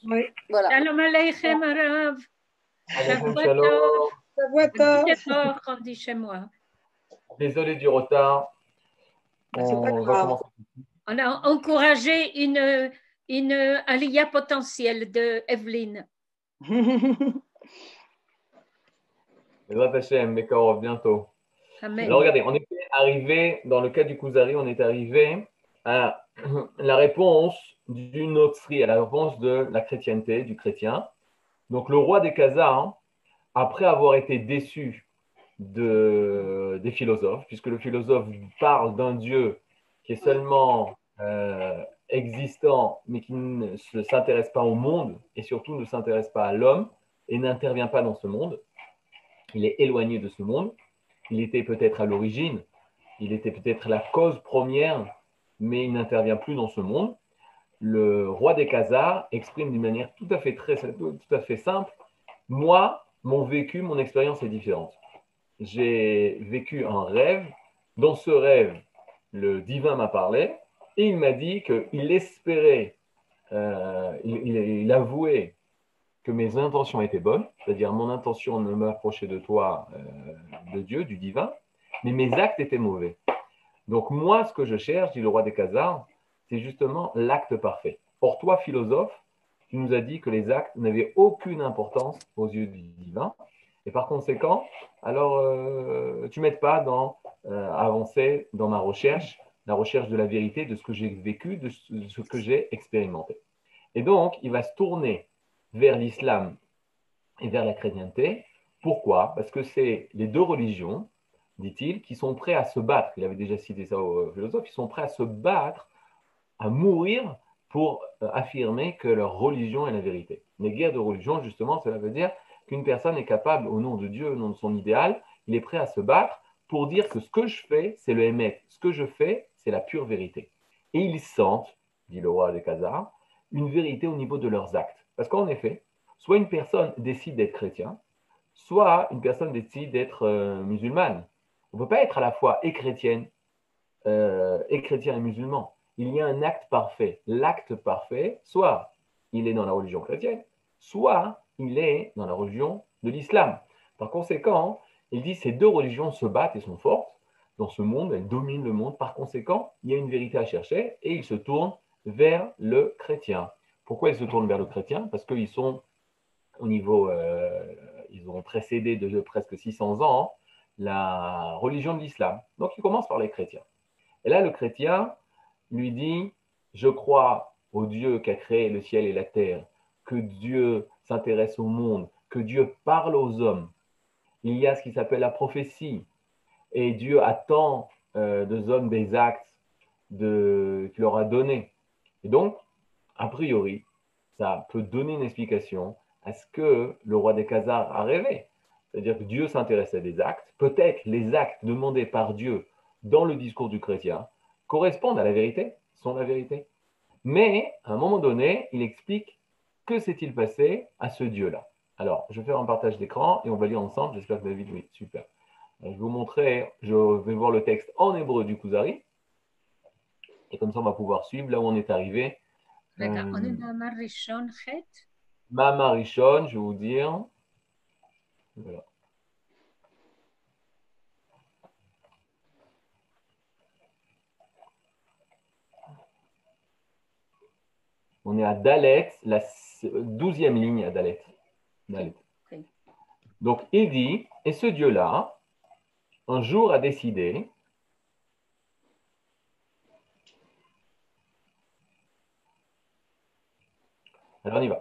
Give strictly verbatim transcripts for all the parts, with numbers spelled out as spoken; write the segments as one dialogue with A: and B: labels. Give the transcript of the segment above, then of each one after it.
A: Oui.
B: Voilà.
C: Shalom Aleichem, Arav.
D: Aleichem
C: Shavua
D: shalom.
C: tov.
A: Shavua tov.
C: C'est fort, on dit chez moi.
D: Désolé du retard.
A: C'est pas
D: On va
A: grave.
D: commencer.
C: On a encouragé une, une aliyah potentielle de Evelyne.
D: Bezrat Hashem, Mekarov, bientôt.
C: Amen.
D: Alors regardez, on était arrivé, dans le cas du Kuzari, on est arrivé à la réponse du Notzri, à la réponse de la chrétienté, du chrétien. Donc le roi des Khazars, après avoir été déçu de, des philosophes, puisque le philosophe parle d'un Dieu qui est seulement euh, existant, mais qui ne s'intéresse pas au monde, et surtout ne s'intéresse pas à l'homme, et n'intervient pas dans ce monde. Il est éloigné de ce monde. Il était peut-être à l'origine, il était peut-être la cause première, mais il n'intervient plus dans ce monde. Le roi des Khazars exprime d'une manière tout à fait, très, tout à fait simple, moi, mon vécu, mon expérience est différente. J'ai vécu un rêve. Dans ce rêve, le divin m'a parlé et il m'a dit qu'il espérait, euh, il, il, il avouait que mes intentions étaient bonnes, c'est-à-dire mon intention de m'approcher de toi, euh, de Dieu, du divin, mais mes actes étaient mauvais. Donc moi, ce que je cherche, dit le roi des Khazars, c'est justement l'acte parfait. Or toi, philosophe, tu nous as dit que les actes n'avaient aucune importance aux yeux du divin, et par conséquent, alors euh, tu ne m'aides pas dans euh, avancer dans ma recherche, la recherche de la vérité, de ce que j'ai vécu, de ce que j'ai expérimenté. Et donc, il va se tourner vers l'islam et vers la chrétienté. Pourquoi? Parce que c'est les deux religions, dit-il, qui sont prêts à se battre. Il avait déjà cité ça aux philosophes. Ils sont prêts à se battre, à mourir pour affirmer que leur religion est la vérité. Les guerres de religion, justement, cela veut dire qu'une personne est capable, au nom de Dieu, au nom de son idéal, il est prêt à se battre pour dire que ce que je fais, c'est le émet. Ce que je fais, c'est la pure vérité. Et ils sentent, dit le roi des Khazars, une vérité au niveau de leurs actes. Parce qu'en effet, soit une personne décide d'être chrétien, soit une personne décide d'être euh, musulmane. On ne peut pas être à la fois et chrétienne, euh, et chrétien et musulman. Il y a un acte parfait. L'acte parfait, soit il est dans la religion chrétienne, soit il est dans la religion de l'islam. Par conséquent, il dit que ces deux religions se battent et sont fortes dans ce monde, elles dominent le monde. Par conséquent, il y a une vérité à chercher et ils se tournent vers le chrétien. Pourquoi ils se tournent vers le chrétien? Parce qu'ils sont au niveau, euh, ils ont précédé de presque six cents ans la religion de l'islam. Donc, ils commencent par les chrétiens. Et là, le chrétien lui dit, je crois au Dieu qui a créé le ciel et la terre, que Dieu s'intéresse au monde, que Dieu parle aux hommes. Il y a ce qui s'appelle la prophétie. Et Dieu attend euh, des hommes des actes de, qu'il leur a donnés. Et donc, a priori, ça peut donner une explication à ce que le roi des Khazars a rêvé. C'est-à-dire que Dieu s'intéresse à des actes. Peut-être les actes demandés par Dieu dans le discours du chrétien correspondent à la vérité, sont la vérité. Mais, à un moment donné, il explique que s'est-il passé à ce Dieu-là. Alors, je vais faire un partage d'écran et on va lire ensemble. J'espère que David, oui, super. Je vais vous montrer, je vais voir le texte en hébreu du Kuzari. Et comme ça, on va pouvoir suivre là où on est arrivé.
C: Regarde, on est dans Marishon Chet.
D: Mama Rishon, je vais vous dire. Voilà. On est à Dalet, la douzième ligne à Dalet. Dalet.
C: Okay.
D: Donc, il dit, et ce Dieu-là, un jour a décidé alors on y va.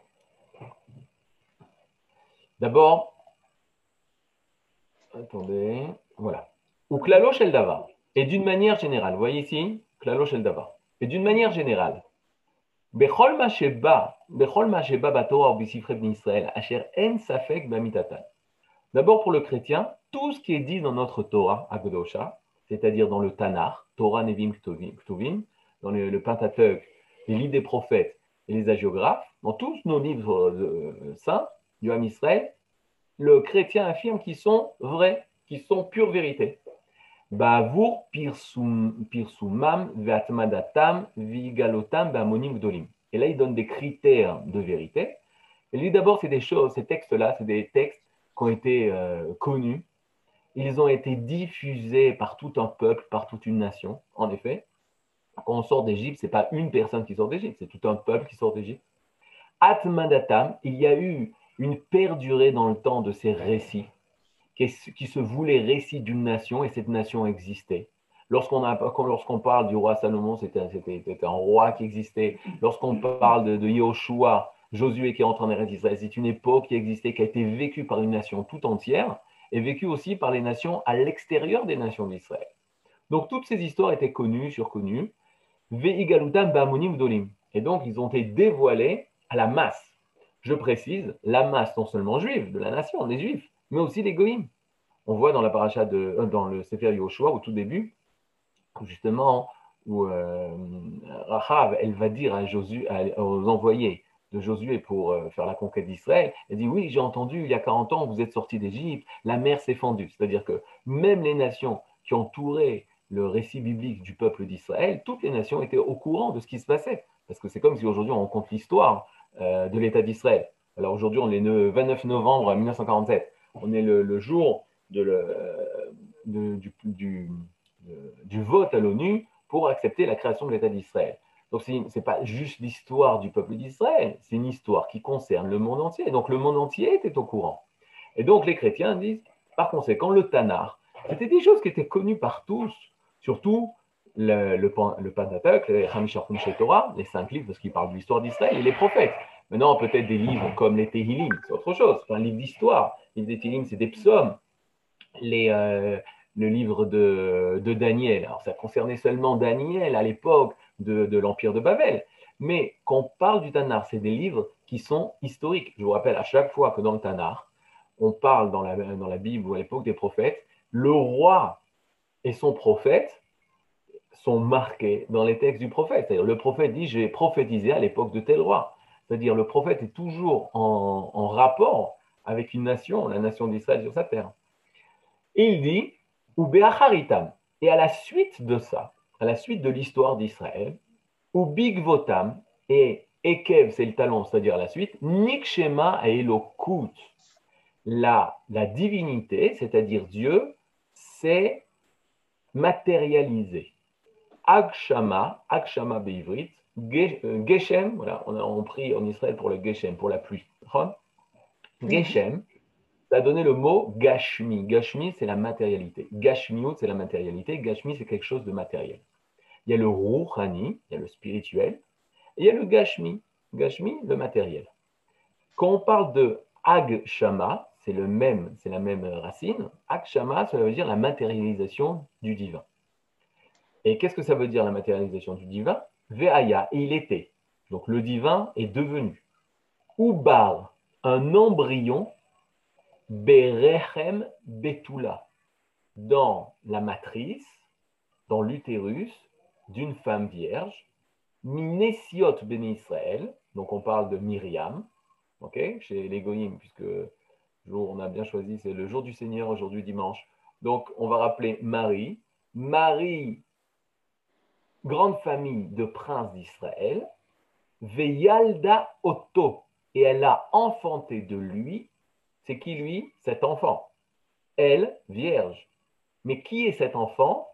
D: D'abord, attendez, voilà. Ou Klalo Shel Davar. Et d'une manière générale, vous voyez ici, Klalo Shel Davar. Et d'une manière générale, Bechol ma sheba, Bechol ma sheba batorah ou bisifre b'ni Israël, asher en safek b'amitatan. D'abord pour le chrétien, tout ce qui est dit dans notre Torah, Agodosha, c'est-à-dire dans le Tanakh, Torah, Nevim, Ktuvim, dans le, le Pentateuch, les livres des prophètes et les hagiographes, dans tous nos livres euh, saints du Ham Israël, le chrétien affirme qu'ils sont vrais, qu'ils sont pure vérité. Ba'avur pirsumam ve'atmadatam vigalotam ba'amonim gdolim. Et là, il donne des critères de vérité. Et lui, d'abord, c'est des choses, ces textes-là, c'est des textes qui ont été euh, connus. Ils ont été diffusés par tout un peuple, par toute une nation, en effet. Quand on sort d'Égypte, ce n'est pas une personne qui sort d'Égypte, c'est tout un peuple qui sort d'Égypte. Atmadatam, il y a eu une perdurée dans le temps de ces récits qui, qui se voulaient récits d'une nation, et cette nation existait. Lorsqu'on a, lorsqu'on parle du roi Salomon, c'était, c'était, c'était un roi qui existait. Lorsqu'on parle de, de Yahushua, Josué qui est entré en Eretz Israël, c'est une époque qui existait, qui a été vécue par une nation tout entière, et vécue aussi par les nations à l'extérieur des nations d'Israël. Donc toutes ces histoires étaient connues, surconnues. Ve'igalutam ba'amonim dolim. Et donc ils ont été dévoilés à la masse. Je précise, la masse non seulement juive, de la nation, les juifs, mais aussi les goïms. On voit dans la paracha de, dans le Sefer Yoshua, au tout début, justement, où euh, Rachav, elle va dire à Josué, aux envoyés de Josué pour euh, faire la conquête d'Israël, elle dit, oui, j'ai entendu, il y a quarante ans, vous êtes sortis d'Égypte, la mer s'est fendue. C'est-à-dire que même les nations qui entouraient le récit biblique du peuple d'Israël, toutes les nations étaient au courant de ce qui se passait. Parce que c'est comme si aujourd'hui on raconte l'histoire euh, de l'État d'Israël. Alors aujourd'hui, on est le vingt-neuf novembre mille neuf cent quarante-sept. On est le, le jour de le, de, du, du, de, du vote à l'ONU pour accepter la création de l'État d'Israël. Donc ce n'est pas juste l'histoire du peuple d'Israël, c'est une histoire qui concerne le monde entier. Donc le monde entier était au courant. Et donc les chrétiens disent, par conséquent, le Tanakh, c'était des choses qui étaient connues par tous, surtout le, le, le Pentateuch, les Chamisha Chumshei Torah, les cinq livres, parce qu'ils parlent de l'histoire d'Israël, et les prophètes. Maintenant, peut-être des livres comme les Tehillim, c'est autre chose, c'est un livre d'histoire. Les livres des Tehillim, c'est des psaumes. Les, euh, le livre de, de Daniel, alors ça concernait seulement Daniel à l'époque de, de l'Empire de Babel. Mais quand on parle du Tanakh, c'est des livres qui sont historiques. Je vous rappelle à chaque fois que dans le Tanakh, on parle dans la, dans la Bible ou à l'époque des prophètes, le roi et son prophète sont marqués dans les textes du prophète. C'est-à-dire, le prophète dit, j'ai prophétisé à l'époque de tel roi. C'est-à-dire, le prophète est toujours en, en rapport avec une nation, la nation d'Israël sur sa terre. Et il dit, ou be'acharitam. Et à la suite de ça, à la suite de l'histoire d'Israël, ou bigvotam, et ekev, c'est le talon, c'est-à-dire à la suite, nikshema a elokut. La, la divinité, c'est-à-dire Dieu, s'est matérialisé. Agshama, Agshama beivrit, Geshem, voilà, on, a, on prie en Israël pour le Geshem, pour la pluie. Geshem, ça a donné le mot Gashmi. Gashmi, c'est la matérialité. Gashmiut, c'est la matérialité. Gashmi, c'est quelque chose de matériel. Il y a le Ruchani, il y a le spirituel, et il y a le Gashmi. Gashmi, le matériel. Quand on parle de Agshama, c'est le même, c'est la même racine. Agshama, ça veut dire la matérialisation du divin. Et qu'est-ce que ça veut dire la matérialisation du divin? Ve'aya, et il était. Donc le divin est devenu. Ubar, un embryon, Berechem Betula, dans la matrice, dans l'utérus d'une femme vierge, Minesiot Ben Israël, donc on parle de Myriam, okay, chez les Goïm, puisque jour, on a bien choisi, c'est le jour du Seigneur, aujourd'hui dimanche. Donc on va rappeler Marie. Marie, grande famille de princes d'Israël, Veyalda Otto, et elle a enfanté de lui. C'est qui lui? Cet enfant. Elle, vierge. Mais qui est cet enfant?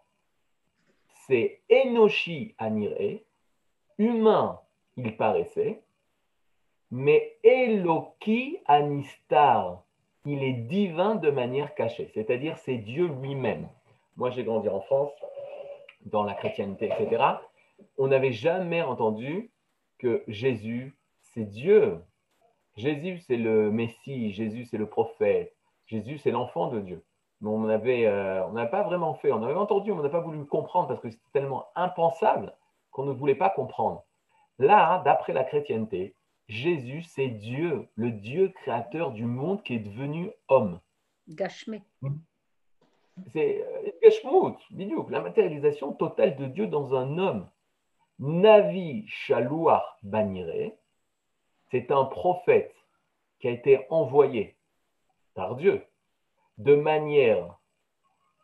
D: C'est Enoshi Aniré, humain il paraissait, mais Eloki Anistar, il est divin de manière cachée, c'est-à-dire c'est Dieu lui-même. Moi j'ai grandi en France, dans la chrétienté, et cetera. On n'avait jamais entendu que Jésus, c'est Dieu. Jésus, c'est le Messie, Jésus, c'est le prophète, Jésus, c'est l'enfant de Dieu. Mais on n'avait euh, on n'avait pas vraiment fait, on avait entendu, mais on n'a pas voulu comprendre parce que c'était tellement impensable qu'on ne voulait pas comprendre. Là, d'après la chrétienté, Jésus, c'est Dieu, le Dieu créateur du monde qui est devenu homme.
C: Gashmi.
D: C'est euh, Gashmout, bidiouk, la matérialisation totale de Dieu dans un homme. Navi Shaluach Baniré, c'est un prophète qui a été envoyé par Dieu de manière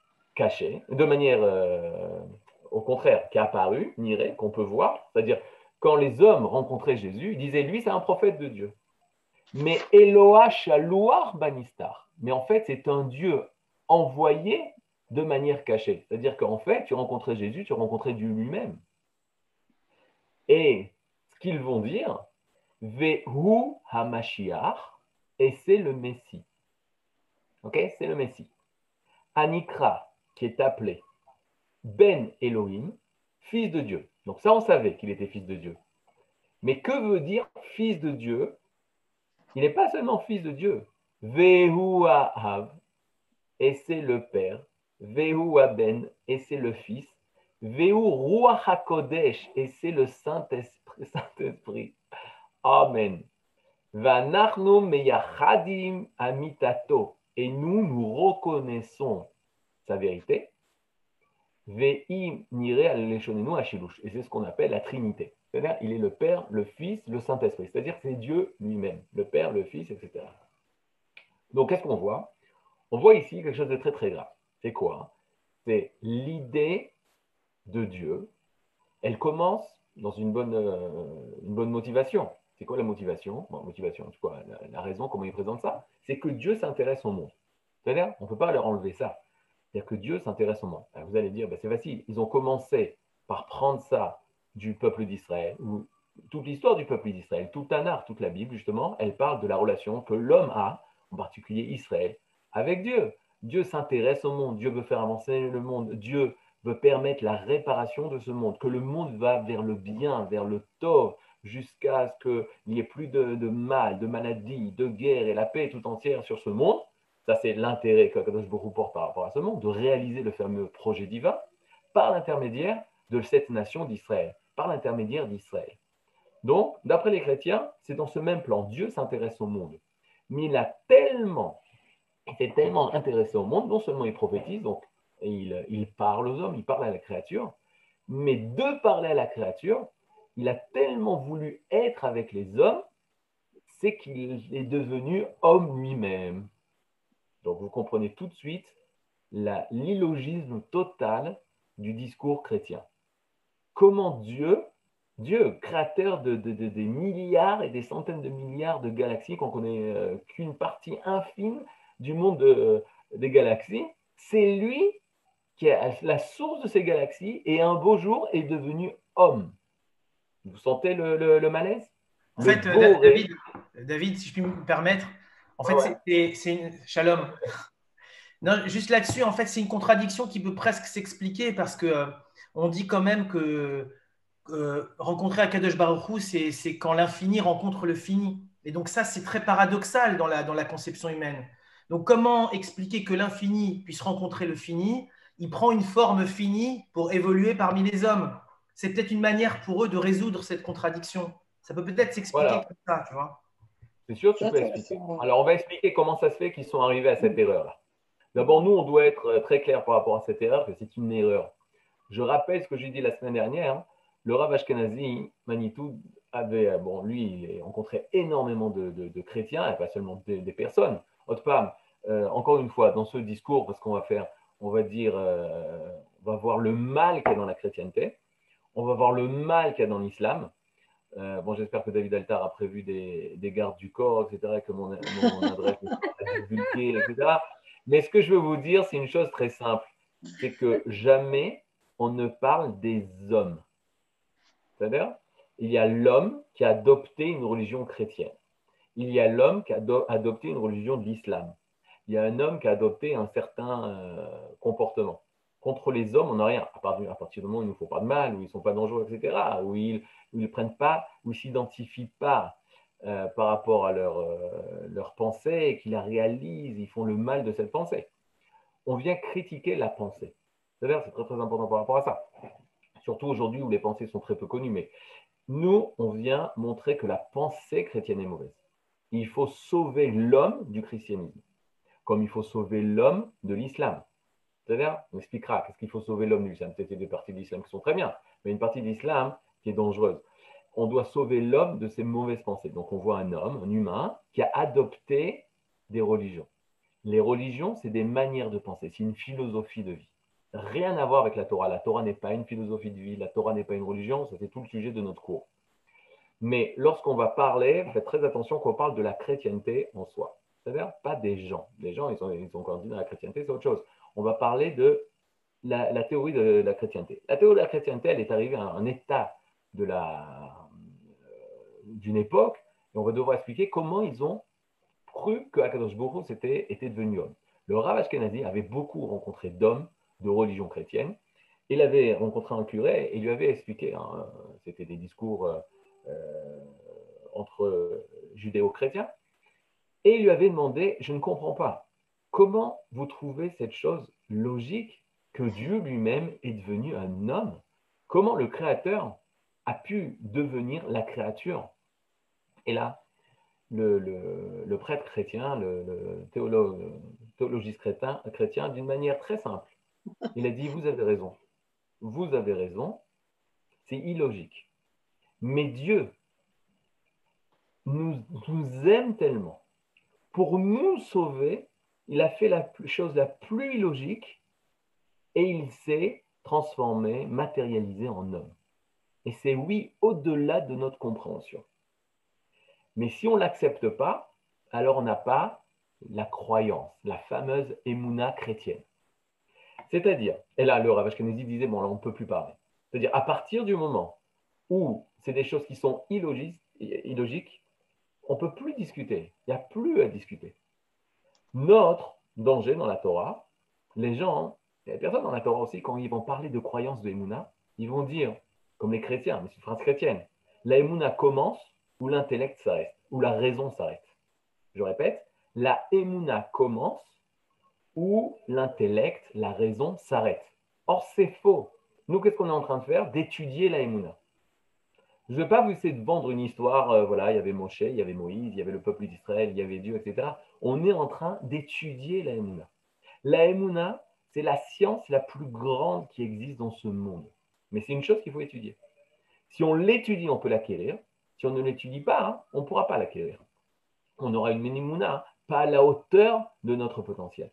D: cachée, de manière, euh, au contraire, qui est apparu, Niré, qu'on peut voir, c'est-à-dire quand les hommes rencontraient Jésus, ils disaient, lui, c'est un prophète de Dieu. Mais Eloah Shaluar Banistar. Mais en fait, c'est un Dieu envoyé de manière cachée. C'est-à-dire qu'en fait, tu rencontrais Jésus, tu rencontrais Dieu lui-même. Et ce qu'ils vont dire, Vehu HaMashiach, et c'est le Messie. Ok, c'est le Messie. Anikra, qui est appelé Ben Elohim, fils de Dieu. Donc ça, on savait qu'il était fils de Dieu. Mais que veut dire fils de Dieu? Il n'est pas seulement fils de Dieu. Vehu Ahav, et c'est le Père. Vehu Ben, et c'est le Fils. Vehu Ruach HaKodesh, et c'est le Saint-Esprit. Saint-Esprit. Amen. Vanachnu meyachadim amitato, et nous, nous reconnaissons sa vérité. Ve'im nire al-leshonenu hashilush, et c'est ce qu'on appelle la Trinité. C'est-à-dire, il est le Père, le Fils, le Saint-Esprit. C'est-à-dire que c'est Dieu lui-même, le Père, le Fils, et cetera. Donc, qu'est-ce qu'on voit? On voit ici quelque chose de très, très grave. C'est quoi? C'est l'idée de Dieu. Elle commence dans une bonne, euh, une bonne motivation. C'est quoi la motivation? Bon, motivation, c'est quoi la, la raison, comment il présente ça? C'est que Dieu s'intéresse au monde. C'est-à-dire, on ne peut pas leur enlever ça. C'est-à-dire que Dieu s'intéresse au monde. Alors vous allez dire, ben c'est facile. Ils ont commencé par prendre ça du peuple d'Israël, ou toute l'histoire du peuple d'Israël, tout Tanakh, toute la Bible, justement, elle parle de la relation que l'homme a, en particulier Israël, avec Dieu. Dieu s'intéresse au monde, Dieu veut faire avancer le monde, Dieu veut permettre la réparation de ce monde, que le monde va vers le bien, vers le tov, jusqu'à ce qu'il n'y ait plus de, de mal, de maladie, de guerre et la paix tout entière sur ce monde. Ça, c'est l'intérêt qu'Akadosh Baruch Hu porte par rapport à ce monde, de réaliser le fameux projet divin par l'intermédiaire de cette nation d'Israël, par l'intermédiaire d'Israël. Donc, d'après les chrétiens, c'est dans ce même plan. Dieu s'intéresse au monde. Mais il a tellement, il est tellement intéressé au monde, non seulement il prophétise, donc il, il parle aux hommes, il parle à la créature, mais de parler à la créature, il a tellement voulu être avec les hommes, c'est qu'il est devenu homme lui-même. Donc vous comprenez tout de suite la, l'illogisme total du discours chrétien. Comment Dieu, Dieu, créateur de, de, de, des milliards et des centaines de milliards de galaxies, qu'on ne connaît euh, qu'une partie infime du monde de, euh, des galaxies, c'est lui qui est la source de ces galaxies et un beau jour est devenu homme. Vous sentez le, le, le malaise?
B: En
D: le
B: fait, euh, David, David, si je puis me permettre, en fait, ouais, ouais. c'est une… Shalom. Non, juste là-dessus, en fait, c'est une contradiction qui peut presque s'expliquer parce que euh, on dit quand même que euh, rencontrer Akadosh Baruch Hu, c'est, c'est quand l'infini rencontre le fini. Et donc ça, c'est très paradoxal dans la, dans la conception humaine. Donc comment expliquer que l'infini puisse rencontrer le fini? Il prend une forme finie pour évoluer parmi les hommes. C'est peut-être une manière pour eux de résoudre cette contradiction. Ça peut peut-être s'expliquer
D: voilà.
B: comme ça, tu vois.
D: C'est sûr, tu peux expliquer. Alors, on va expliquer comment ça se fait qu'ils sont arrivés à cette erreur-là. D'abord, nous, on doit être très clair par rapport à cette erreur, que c'est une erreur. Je rappelle ce que j'ai dit la semaine dernière. Le Rav Ashkenazi, Manitou, avait, bon, lui, il rencontrait énormément de, de, de chrétiens, et pas seulement des, des personnes. Autre part, euh, encore une fois, dans ce discours, parce qu'on va faire, on va dire, euh, on va voir le mal qu'il y a dans la chrétienté, on va voir le mal qu'il y a dans l'islam. Euh, bon, j'espère que David Altar a prévu des, des gardes du corps, et cetera, que mon, mon adresse est divulguée, et cetera. Mais ce que je veux vous dire, c'est une chose très simple. C'est que jamais on ne parle des hommes. C'est-à-dire, il y a l'homme qui a adopté une religion chrétienne. Il y a l'homme qui a adopté une religion de l'islam. Il y a un homme qui a adopté un certain euh, comportement. Contre les hommes, on n'a rien. À partir, à partir du moment où il ne faut pas de mal, où ils ne sont pas dangereux, et cetera, où ils ne prennent pas, où ils ne s'identifient pas euh, par rapport à leur, euh, leur pensée et qu'ils la réalisent, ils font le mal de cette pensée. On vient critiquer la pensée. C'est-à-dire, c'est très, très important par rapport à ça. Surtout aujourd'hui où les pensées sont très peu connues. Mais nous, on vient montrer que la pensée chrétienne est mauvaise. Il faut sauver l'homme du christianisme, comme il faut sauver l'homme de l'islam. C'est-à-dire, on expliquera qu'est-ce qu'il faut sauver l'homme de l'islam. Peut-être qu'il y a des parties de l'islam qui sont très bien, mais une partie de l'islam qui est dangereuse. On doit sauver l'homme de ses mauvaises pensées. Donc, on voit un homme, un humain, qui a adopté des religions. Les religions, c'est des manières de penser, c'est une philosophie de vie. Rien à voir avec la Torah. La Torah n'est pas une philosophie de vie, la Torah n'est pas une religion, ça c'est tout le sujet de notre cours. Mais lorsqu'on va parler, faites très attention qu'on parle de la chrétienté en soi. C'est-à-dire pas des gens. Les gens, ils ont, ils ont grandi dans la chrétienté, c'est autre chose. On va parler de la, la théorie de la chrétienté. La théorie de la chrétienté, elle est arrivée à un état de la, d'une époque, et on va devoir expliquer comment ils ont cru que Akadosh Baruch Hu était, était devenu homme. Le Rav Ashkenazi avait beaucoup rencontré d'hommes de religion chrétienne. Il avait rencontré un curé et il lui avait expliqué, hein, c'était des discours euh, euh, entre judéo-chrétiens, et il lui avait demandé, je ne comprends pas, comment vous trouvez cette chose logique que Dieu lui-même est devenu un homme? Comment le Créateur a pu devenir la créature? Et là, le, le, le prêtre chrétien, le, le théologue, théologiste chrétien, chrétien, d'une manière très simple, il a dit, vous avez raison, vous avez raison, c'est illogique. Mais Dieu nous, nous aime tellement. Pour nous sauver, il a fait la chose la plus illogique et il s'est transformé, matérialisé en homme. Et c'est oui, au-delà de notre compréhension. Mais si on ne l'accepte pas, alors on n'a pas la croyance, la fameuse émouna chrétienne. C'est-à-dire, et là, le Rav Ashkenazi disait, bon, là, on ne peut plus parler. C'est-à-dire, à partir du moment où c'est des choses qui sont illogiques, illogiques on ne peut plus discuter. Il n'y a plus à discuter. Notre danger dans la Torah, les gens, il y a des personnes dans la Torah aussi, quand ils vont parler de croyance de émouna, ils vont dire, comme les chrétiens, mais c'est une phrase chrétienne, la émouna commence où l'intellect s'arrête, où la raison s'arrête. Je répète, la émouna commence où l'intellect, la raison s'arrête. Or, c'est faux. Nous, qu'est-ce qu'on est en train de faire? D'étudier la émouna. Je ne vais pas vous essayer de vendre une histoire, euh, voilà, il y avait Moshe, il y avait Moïse, il y avait le peuple d'Israël, il y avait Dieu, et cetera. On est en train d'étudier la émouna. La émouna, c'est la science la plus grande qui existe dans ce monde. Mais c'est une chose qu'il faut étudier. Si on l'étudie, on peut l'acquérir. Si on ne l'étudie pas, hein, on ne pourra pas l'acquérir. On aura une émouna, hein, pas à la hauteur de notre potentiel.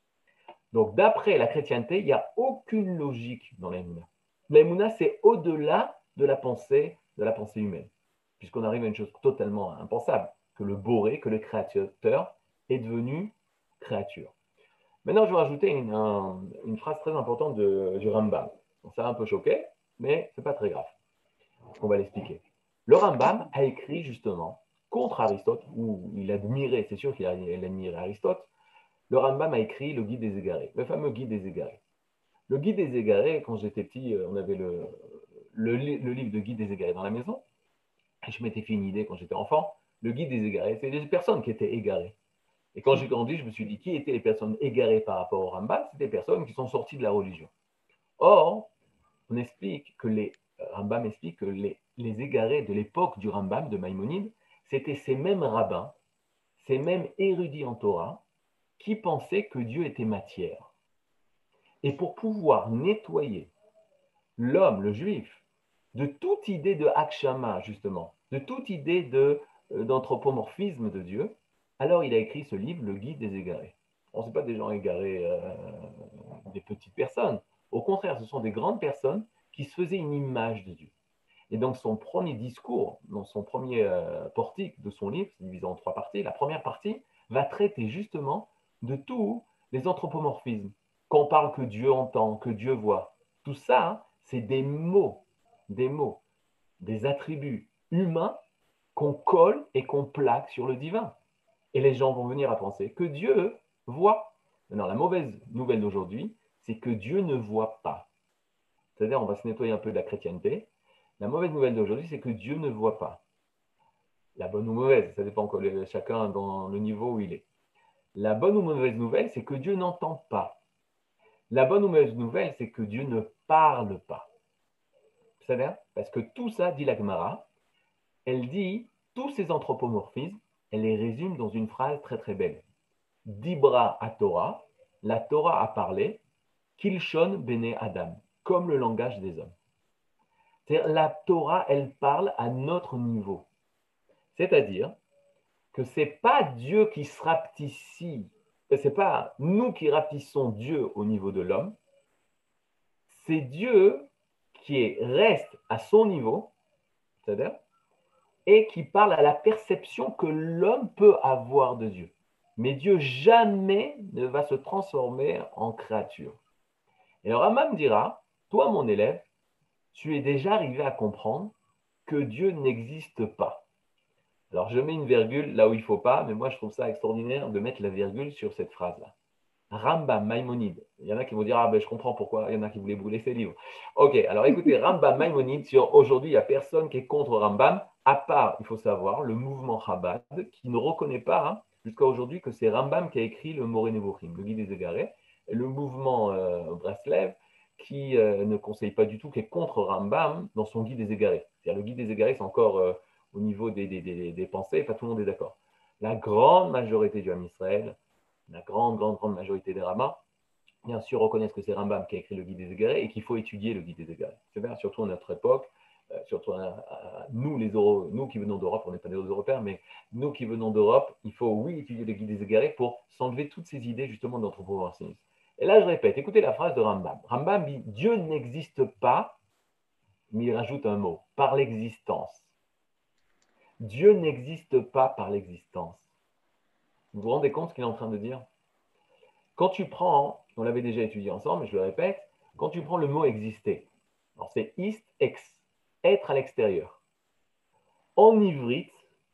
D: Donc, d'après la chrétienté, il n'y a aucune logique dans l'émouna. L'émouna, c'est au-delà de la pensée, de la pensée humaine, puisqu'on arrive à une chose totalement impensable, que le Boré, que le créateur, est devenu créature. Maintenant, je vais rajouter une, un, une phrase très importante de, du Rambam. Ça a un peu choqué, mais ce n'est pas très grave. On va l'expliquer. Le Rambam a écrit justement contre Aristote, où il admirait, c'est sûr qu'il admirait Aristote. Le Rambam a écrit le Guide des égarés, le fameux Guide des égarés. Le Guide des égarés, quand j'étais petit, on avait le, le, le livre de Guide des égarés dans la maison. Et je m'étais fait une idée quand j'étais enfant. Le Guide des égarés, c'est des personnes qui étaient égarées. Et quand j'ai grandi, je me suis dit, qui étaient les personnes égarées par rapport au Rambam? C'est des personnes qui sont sorties de la religion. Or, on explique que les, Rambam explique que les, les égarés de l'époque du Rambam, de Maïmonide, c'était ces mêmes rabbins, ces mêmes érudits en Torah, qui pensaient que Dieu était matière. Et pour pouvoir nettoyer l'homme, le juif, de toute idée de Hakshama, justement, de toute idée de, euh, d'anthropomorphisme de Dieu, alors il a écrit ce livre, Le Guide des égarés. On ne sait pas des gens égarés, euh, des petites personnes. Au contraire, ce sont des grandes personnes qui se faisaient une image de Dieu. Et donc son premier discours, dans son premier euh, portique de son livre, c'est divisé en trois parties, la première partie va traiter justement de tous les anthropomorphismes. Quand on parle que Dieu entend, que Dieu voit, tout ça, hein, c'est des mots, des mots, des attributs humains qu'on colle et qu'on plaque sur le divin. Et les gens vont venir à penser que Dieu voit. Maintenant, la mauvaise nouvelle d'aujourd'hui, c'est que Dieu ne voit pas. C'est-à-dire, on va se nettoyer un peu de la chrétienté. La mauvaise nouvelle d'aujourd'hui, c'est que Dieu ne voit pas. La bonne ou mauvaise, ça dépend de chacun dans le niveau où il est. La bonne ou mauvaise nouvelle, c'est que Dieu n'entend pas. La bonne ou mauvaise nouvelle, c'est que Dieu ne parle pas. C'est-à-dire, parce que tout ça, dit la Gemara, elle dit, tous ces anthropomorphismes, elle les résume dans une phrase très très belle. Dibra à Torah, la Torah a parlé, Kilshon bene Adam, comme le langage des hommes. C'est-à-dire, la Torah, elle parle à notre niveau. C'est-à-dire que ce n'est pas Dieu qui se rapetissait, ce n'est pas nous qui rapetissons Dieu au niveau de l'homme, c'est Dieu qui est, reste à son niveau, c'est-à-dire et qui parle à la perception que l'homme peut avoir de Dieu. Mais Dieu jamais ne va se transformer en créature. Et le Rambam dira, toi mon élève, tu es déjà arrivé à comprendre que Dieu n'existe pas. Alors je mets une virgule là où il ne faut pas, mais moi je trouve ça extraordinaire de mettre la virgule sur cette phrase-là. Rambam, Maïmonide. Il y en a qui vont dire, ah ben je comprends pourquoi, il y en a qui voulaient brûler ces livres. Ok, alors écoutez, Rambam, Maïmonide, sur aujourd'hui, il n'y a personne qui est contre Rambam, à part, il faut savoir, le mouvement Chabad, qui ne reconnaît pas, hein, jusqu'à aujourd'hui, que c'est Rambam qui a écrit le Moré Nevochim, le Guide des Égarés, et le mouvement euh, Breslev, qui euh, ne conseille pas du tout, qui est contre Rambam dans son Guide des Égarés. C'est-à-dire le Guide des Égarés, c'est encore euh, au niveau des, des, des, des pensées, pas tout le monde est d'accord. La grande majorité du Ham Israël, la grande, grande, grande majorité des rabbins, bien sûr, reconnaissent que c'est Rambam qui a écrit le Guide des Égarés et qu'il faut étudier le Guide des Égarés. C'est bien, surtout à notre époque, euh, surtout à, à nous, les Euro, nous qui venons d'Europe, on n'est pas des Européens, mais nous qui venons d'Europe, il faut, oui, étudier le Guide des Égarés pour s'enlever toutes ces idées, justement, d'anthropomorphisme. Et là, je répète, écoutez la phrase de Rambam. Rambam dit « Dieu n'existe pas », mais il rajoute un mot, « par l'existence ». Dieu n'existe pas par l'existence. Vous vous rendez compte ce qu'il est en train de dire? Quand tu prends, on l'avait déjà étudié ensemble, mais je le répète, quand tu prends le mot exister, alors c'est ist, ex, être à l'extérieur. En ivrite,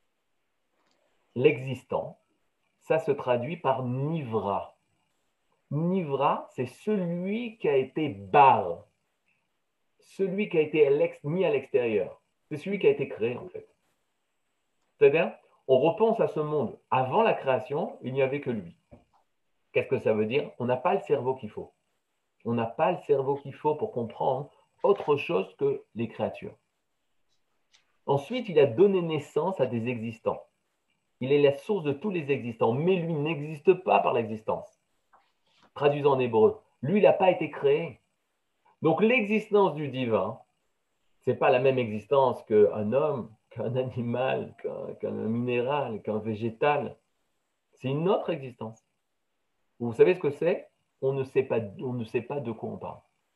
D: l'existant, ça se traduit par nivra. Nivra, c'est celui qui a été bar, celui qui a été mis à l'extérieur. C'est celui qui a été créé en fait. C'est-à-dire, on repense à ce monde. Avant la création, il n'y avait que lui. Qu'est-ce que ça veut dire? On n'a pas le cerveau qu'il faut. On n'a pas le cerveau qu'il faut pour comprendre autre chose que les créatures. Ensuite, il a donné naissance à des existants. Il est la source de tous les existants, mais lui n'existe pas par l'existence. Traduisant en hébreu, lui, il n'a pas été créé. Donc, l'existence du divin, ce n'est pas la même existence qu'un homme, qu'un animal, qu'un, qu'un minéral, qu'un végétal. C'est une autre existence. Vous savez ce que c'est? On ne sait pas, on ne sait pas de quoi on parle.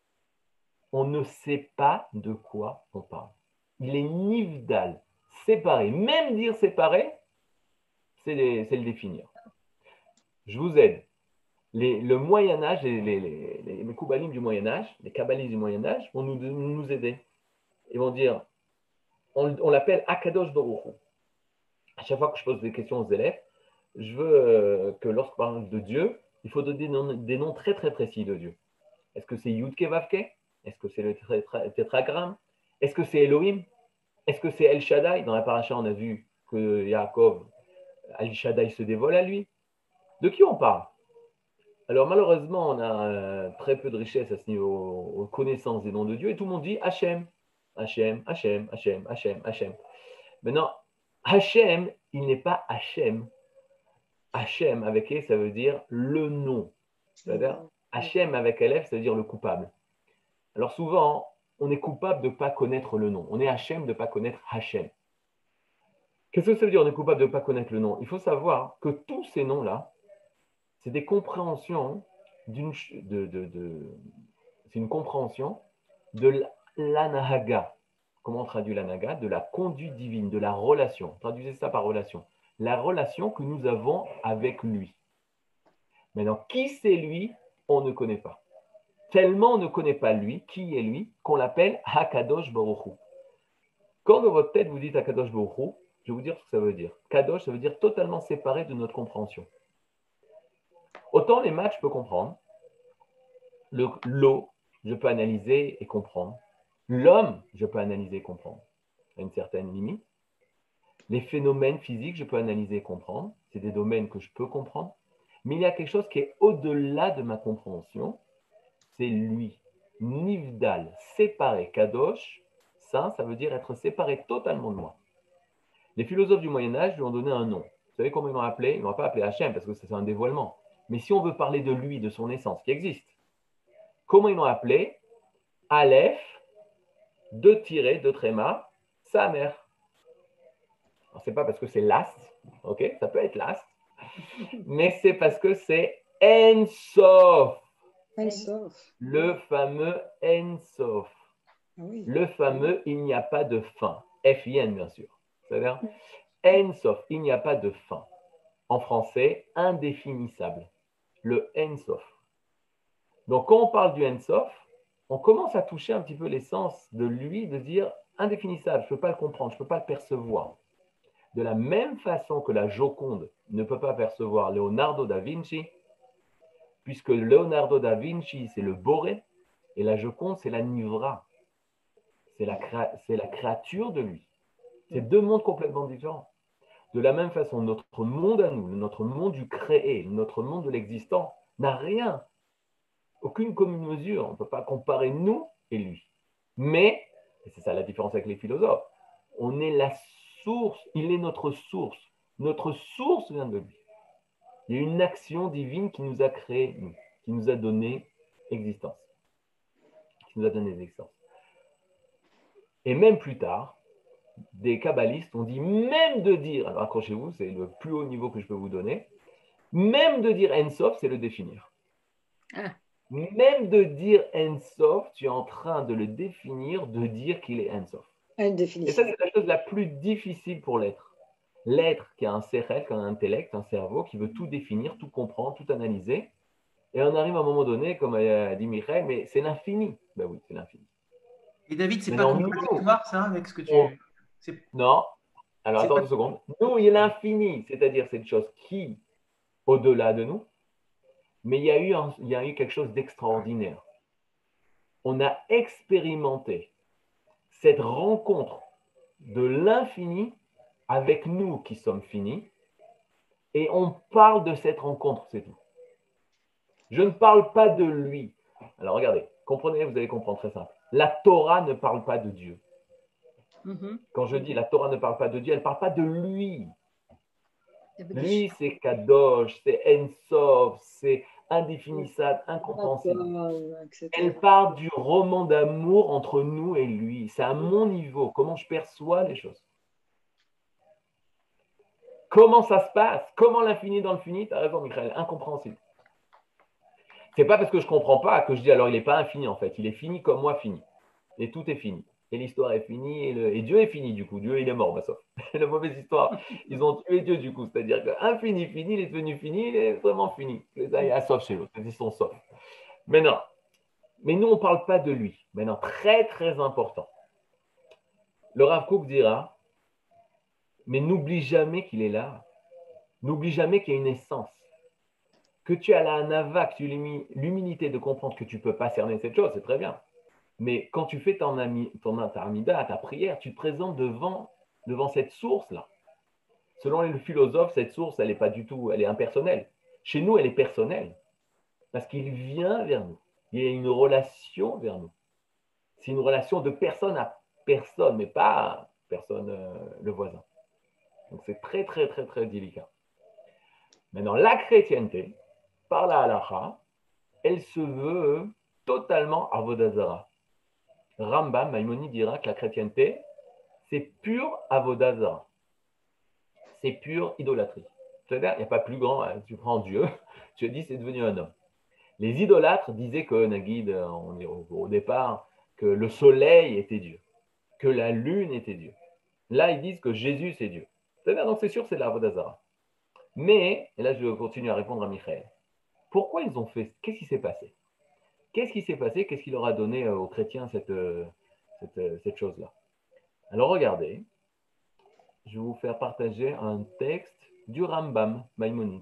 D: On ne sait pas de quoi on parle. Il est nivdal, séparé. Même dire séparé, c'est, les, c'est le définir. Je vous aide. Les, le Moyen-Âge, les, les, les, les, les Koubalim du Moyen-Âge, les Kabbalistes du Moyen-Âge vont nous, nous aider. Ils vont dire, on, on l'appelle Akadosh Baruch Hu. À chaque fois que je pose des questions aux élèves, je veux euh, que lorsqu'on parle de Dieu, il faut donner des noms, des noms très très précis de Dieu. Est-ce que c'est Yud Ke Vav Ke? Est-ce que c'est le tétragramme? Est-ce que c'est Elohim? Est-ce que c'est El Shaddai? Dans la paracha, on a vu que Yaakov, El Shaddai se dévoile à lui. De qui on parle? Alors malheureusement, on a euh, très peu de richesse à ce niveau, aux connaissances des noms de Dieu, et tout le monde dit Hachem, Hachem, Hachem, Hachem, Hachem, Hachem. Maintenant, Hachem, il n'est pas Hachem. Hachem avec E, ça veut dire le nom. C'est-à-dire Hachem avec Aleph, ça veut dire le coupable. Alors souvent, on est coupable de ne pas connaître le nom. On est Hachem de ne pas connaître Hachem. Qu'est-ce que ça veut dire on est coupable de ne pas connaître le nom? Il faut savoir que tous ces noms-là, c'est des compréhensions d'une de, de, de, c'est une compréhension de l'anahaga. Comment on traduit l'anahaga? De la conduite divine, de la relation. Traduisez ça par relation. La relation que nous avons avec lui. Maintenant, qui c'est lui? On ne connaît pas. Tellement on ne connaît pas lui, qui est lui, qu'on l'appelle Hakadosh Baruch Hu. Quand dans votre tête vous dites Hakadosh Baruch Hu, je vais vous dire ce que ça veut dire. Kadosh, ça veut dire totalement séparé de notre compréhension. Autant les maths, je peux comprendre. Le, l'eau, je peux analyser et comprendre. L'homme, je peux analyser et comprendre. À une certaine limite. Les phénomènes physiques, je peux analyser et comprendre. C'est des domaines que je peux comprendre. Mais il y a quelque chose qui est au-delà de ma compréhension. C'est lui. Nivdal, séparé. Kadosh, ça, ça veut dire être séparé totalement de moi. Les philosophes du Moyen-Âge lui ont donné un nom. Vous savez comment ils l'ont appelé? Ils ne l'ont pas appelé Hachem parce que c'est un dévoilement. Mais si on veut parler de lui, de son essence, qui existe, comment ils l'ont appelé? Aleph, deux tirets, deux trémas, sa mère. Ce n'est pas parce que c'est l'ast, ok? Ça peut être l'ast, mais c'est parce que c'est En-Sof.
A: En-Sof.
D: Le fameux En-Sof.
A: Ah oui.
D: Le fameux il n'y a pas de fin. F I N, bien sûr. C'est-à-dire, En Sof, il n'y a pas de fin. En français, indéfinissable. Le En Sof. Donc, quand on parle du En Sof, on commence à toucher un petit peu l'essence de lui, de dire indéfinissable, je ne peux pas le comprendre, je ne peux pas le percevoir. De la même façon que la Joconde ne peut pas percevoir Leonardo da Vinci, puisque Leonardo da Vinci, c'est le Boré, et la Joconde, c'est la Nivra. C'est la, créa c'est la créature de lui. C'est deux mondes complètement différents. De la même façon, notre monde à nous, notre monde du créé, notre monde de l'existant, n'a rien, aucune commune mesure. On ne peut pas comparer nous et lui. Mais, et c'est ça la différence avec les philosophes, on est la source, il est notre source. Notre source vient de lui. Il y a une action divine qui nous a créé, nous, qui nous a donné existence. Qui nous a donné existence. Et même plus tard, des kabbalistes ont dit, même de dire, alors accrochez-vous, c'est le plus haut niveau que je peux vous donner, même de dire En Sof, c'est le définir. Ah. Même de dire En Sof, tu es en train de le définir, de dire qu'il est En Sof.
A: Une définition.
D: Et ça, c'est la chose la plus difficile pour l'être. L'être qui a un sérel, qui a un intellect, un cerveau, qui veut tout définir, tout comprendre, tout analyser. Et on arrive à un moment donné, comme a dit Michael, mais c'est l'infini. Ben oui, c'est l'infini.
B: Et David, c'est pas contradictoire, ça, avec ce que tu...
D: On... Non. Alors, attends pas... une seconde. Nous, il y a l'infini, c'est-à-dire cette chose qui, au-delà de nous, mais il y a eu, un... il y a eu quelque chose d'extraordinaire. On a expérimenté cette rencontre de l'infini avec nous qui sommes finis, et on parle de cette rencontre, c'est tout. Je ne parle pas de lui. Alors regardez, comprenez, vous allez comprendre très simple. La Torah ne parle pas de Dieu. Mm-hmm. Quand je dis la Torah ne parle pas de Dieu, elle ne parle pas de lui. Lui, c'est Kadosh, c'est En Sof, c'est indéfinissable, incompréhensible. Elle parle du roman d'amour entre nous et lui. C'est à mon niveau, comment je perçois les choses. Comment ça se passe? Comment l'infini dans le fini? Tu as raison, Michael, incompréhensible. C'est pas parce que je ne comprends pas que je dis alors il n'est pas infini en fait. Il est fini comme moi fini. Et tout est fini. Et l'histoire est finie. Et, le... et Dieu est fini du coup. Dieu il est mort, ma soeur. La mauvaise histoire. Ils ont tué Dieu du coup. C'est-à-dire qu'infini, fini, il est devenu fini, il est vraiment fini. Les aïe à sauf chez l'autre. Ils sont sauf. Mais non. Mais nous, on ne parle pas de lui. Maintenant, très très important. Le Rav Kook dira mais n'oublie jamais qu'il est là. N'oublie jamais qu'il y a une essence. Que tu as la hanava, que tu as l'humilité de comprendre que tu ne peux pas cerner cette chose, c'est très bien. Mais quand tu fais ton, ami, ton amida, ta prière, tu te présentes devant, devant cette source-là. Selon les philosophes, cette source, elle n'est pas du tout, elle est impersonnelle. Chez nous, elle est personnelle. Parce qu'il vient vers nous. Il y a une relation vers nous. C'est une relation de personne à personne, mais pas personne, euh, le voisin. Donc c'est très, très, très, très délicat. Maintenant, la chrétienté, par la halacha, elle se veut totalement avodah zara. Rambam, Maïmonide dira que la chrétienté, c'est pure avodah zara. C'est pure idolâtrie. C'est-à-dire, il n'y a pas plus grand, hein, tu prends Dieu, tu dis c'est devenu un homme. Les idolâtres disaient que, Nagid, on est au, au départ, que le soleil était Dieu, que la lune était Dieu. Là, ils disent que Jésus, c'est Dieu. C'est-à-dire, donc c'est sûr, c'est l'avodah zara. Mais, et là je continue à répondre à Michael, pourquoi ils ont fait, qu'est-ce qui s'est passé? Qu'est-ce qui s'est passé? Qu'est-ce qui leur a donné aux chrétiens cette, cette, cette chose-là? Alors regardez, je vais vous faire partager un texte du Rambam, Maïmonide.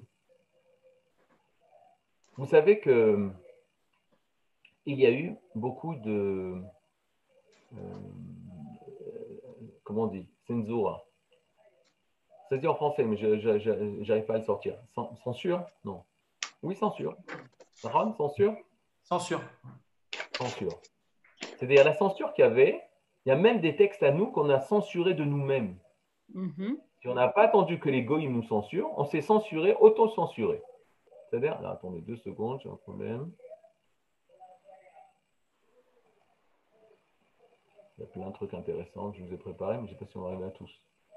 D: Vous savez que il y a eu beaucoup de, euh, comment on dit, censura. Ça se dit en français, mais je n'arrive pas à le sortir. Censure? Non. Oui, censure. Ron, censure?
B: Censure.
D: Censure. C'est-à-dire la censure qu'il y avait, il y a même des textes à nous qu'on a censurés de nous-mêmes. Mm-hmm. Si on n'a pas attendu que les goïms nous censurent, on s'est censuré, auto-censuré. C'est-à-dire, là, attendez deux secondes, j'ai un problème. Il y a plein de trucs intéressants que je vous ai préparés, mais je ne sais pas si on va arriver à tous.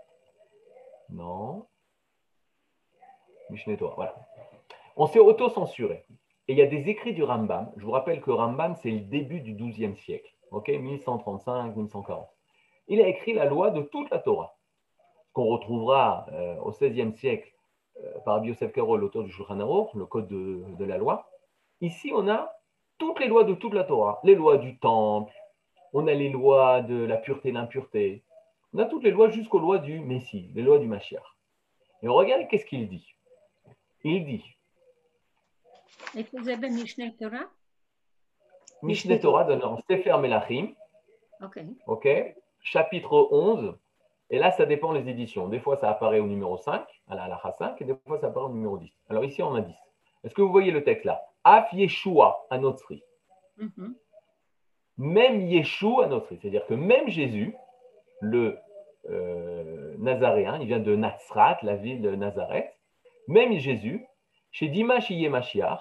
D: Non. Mishneh Torah, voilà. On s'est auto-censuré. Et il y a des écrits du Rambam. Je vous rappelle que Rambam, c'est le début du douzième siècle. Ok, mille cent trente-cinq, mille cent quarante. Il a écrit la loi de toute la Torah. qu'on retrouvera euh, au seizième siècle euh, par Rabbi Yosef Karo, l'auteur du Shulchan Aruch, le code de, de la loi. Ici, on a toutes les lois de toute la Torah, les lois du temple, on a les lois de la pureté et l'impureté, on a toutes les lois jusqu'aux lois du Messie, les lois du Mashiach. Et on regarde qu'est-ce qu'il dit. Il dit,
C: Et vous avez Mishneh Torah?
D: Mishneh Torah dans Sefer Melachim,
C: Ok.
D: ok, chapitre onze, et là ça dépend des éditions. Des fois ça apparaît au numéro cinq, à la halacha cinq, et des fois ça apparaît au numéro dix. Alors ici on a dix. Est-ce que vous voyez le texte là? Af Yeshua Anotsri.
C: Mhm.
D: Même Yeshua Anotsri, c'est-à-dire que même Jésus, le euh, Nazaréen, il vient de Nazrat, la ville de Nazareth, même Jésus, chez Dimash Yeh Mashiach,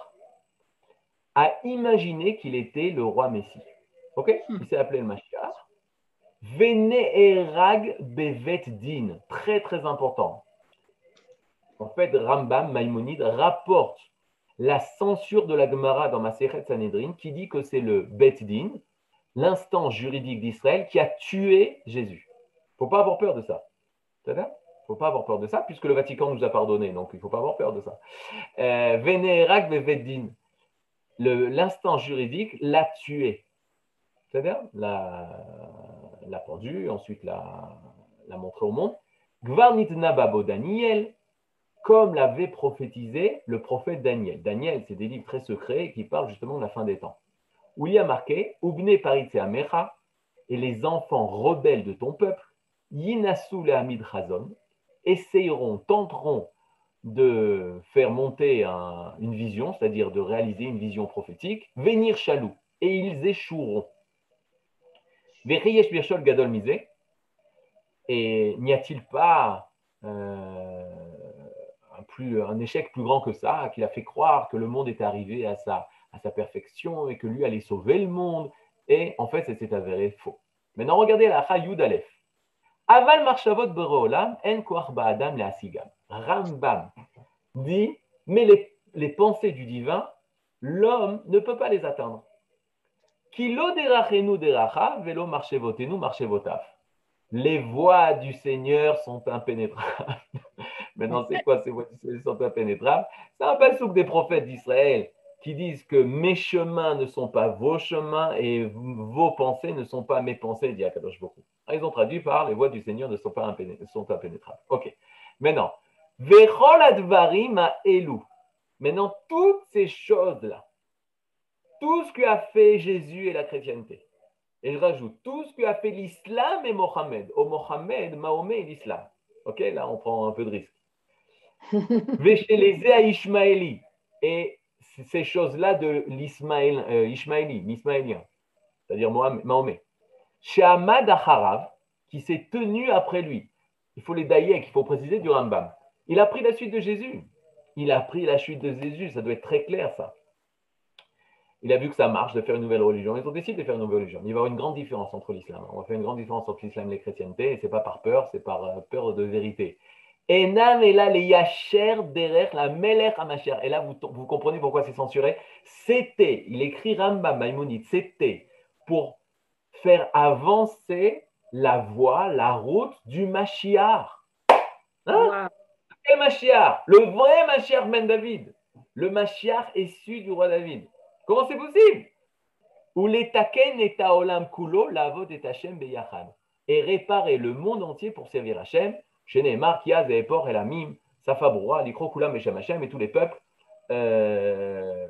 D: a imaginé qu'il était le roi Messie. Ok? Il s'est appelé le Mashiach. Vene Erag Bevet Din, très très important. En fait, Rambam, Maïmonide, rapporte la censure de la Gemara dans Masechet Sanhedrin qui dit que c'est le Bet Din, l'instance juridique d'Israël, qui a tué Jésus. Il ne faut pas avoir peur de ça. C'est-à-dire? Il ne faut pas avoir peur de ça, puisque le Vatican nous a pardonné, donc il ne faut pas avoir peur de ça. Euh, Vene Erag Bevet Din, l'instance juridique l'a tué. C'est-à-dire, l'a, l'a pendu, ensuite l'a, l'a montré au monde. Gvarnitna Babo Daniel, comme l'avait prophétisé le prophète Daniel. Daniel, c'est des livres très secrets qui parlent justement de la fin des temps. Où il y a marqué Ubne Paritse Amecha, et les enfants rebelles de ton peuple, Yinasu le Hamid Chazon, essayeront, tenteront de faire monter un, une vision, c'est-à-dire de réaliser une vision prophétique, venir chalou, et ils échoueront. Vecheyesh Birshol Gadol Mizé, et n'y a-t-il pas euh, un, plus, un échec plus grand que ça, qu'il a fait croire que le monde était arrivé à sa, à sa perfection et que lui allait sauver le monde, et en fait, c'était avéré faux. Maintenant, regardez la Chayud Aleph. Aval Marshavot Berolam, En Koach Ba'adam Le Asigam. Rambam dit, mais les, les pensées du divin, l'homme ne peut pas les atteindre. Kilo derachenu deracha, velo marchevotenu marchevotaf. Les voies du Seigneur sont impénétrables. Maintenant, c'est quoi ces voies du Seigneur sont impénétrables? C'est un passouk des prophètes d'Israël qui disent que mes chemins ne sont pas vos chemins et vos pensées ne sont pas mes pensées, dit Akadosh Baruch Hu. Ils ont traduit par les voies du Seigneur ne sont pas impénétrables. Sont impénétrables. Ok. Maintenant, Vechol advarim a elu. Maintenant, toutes ces choses-là, tout ce qu'a fait Jésus et la chrétienté, et je rajoute, tout ce qu'a fait l'islam et Mohammed, au Mohammed, Mahomet et l'islam. Ok, là on prend un peu de risque. Véchelezé à Ishmaéli, et ces choses-là de l'Ismaël, euh, Ishmaéli, l'Ismaélien, c'est-à-dire Mahomet. Chez Ahmad Acharav, qui s'est tenu après lui. Il faut les daïek, il faut préciser du Rambam. Il a pris la suite de Jésus. Il a pris la suite de Jésus, ça doit être très clair ça. Il a vu que ça marche de faire une nouvelle religion. Ils ont décidé de faire une nouvelle religion. Il va y avoir une grande différence entre l'islam. On va faire une grande différence entre l'islam et la chrétienté. Et ce n'est pas par peur, c'est par peur de vérité. Enam et là, les yacher derrière la melech amacher. Et là, vous, vous comprenez pourquoi c'est censuré. C'était, il écrit Rambam Maïmonide, c'était pour faire avancer la voie, la route du Mashiach. Hein? Wow. Quel Mashiach? Le vrai Mashiach Ben David. Le Mashiach issu du roi David. Comment c'est possible? Ou l'etaken et taolam kulo lavod et Hashem beyachad. Et réparer le monde entier pour servir Hashem. Chez Neymar, Kiaz et Epor et la Mim, Safa Broua, Likro Kulam et Shem Hashem et tous les peuples. Euh,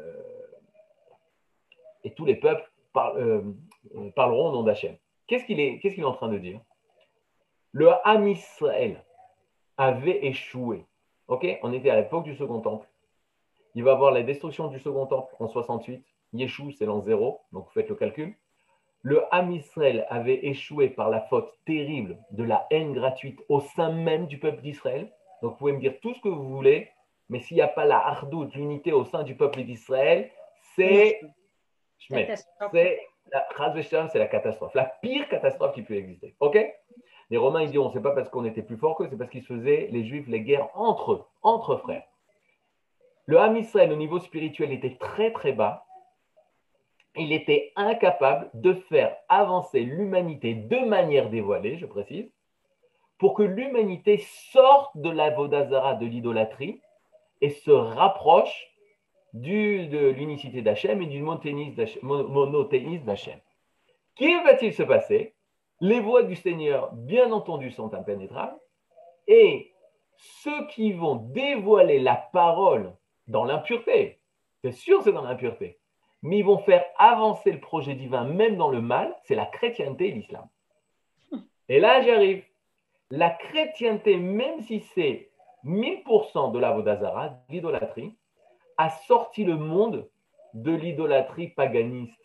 D: et tous les peuples par, euh, parleront au nom d'Hachem. Qu'est-ce qu'il est, qu'est-ce qu'il est en train de dire? Le Ham Israël avait échoué. Ok, on était à l'époque du Second Temple. Il va y avoir la destruction du Second Temple en soixante-huit. Yeshua, c'est l'an zéro, donc vous faites le calcul. Le Ham Israël avait échoué par la faute terrible de la haine gratuite au sein même du peuple d'Israël. Donc vous pouvez me dire tout ce que vous voulez, mais s'il n'y a pas la hardout, l'unité au sein du peuple d'Israël, c'est... C'est la, c'est la catastrophe, la pire catastrophe qui peut exister. Ok? Les Romains, ils diront, c'est pas parce qu'on était plus fort que c'est parce qu'ils se faisaient, les Juifs, les guerres entre eux, entre frères. Le Ham Israël, au niveau spirituel, était très très bas. Il était incapable de faire avancer l'humanité de manière dévoilée, je précise, pour que l'humanité sorte de l'avodazara, de l'idolâtrie, et se rapproche du, de l'unicité d'Hachem et du monothéisme d'Hachem. Qu'y va-t-il se passer? Les voies du Seigneur, bien entendu, sont impénétrables, et ceux qui vont dévoiler la parole dans l'impureté, c'est sûr c'est dans l'impureté, mais ils vont faire avancer le projet divin même dans le mal, c'est la chrétienté et l'islam. Et là j'arrive. La chrétienté, même si c'est mille pour cent de l'avodazara, de l'idolâtrie, a sorti le monde de l'idolâtrie paganiste,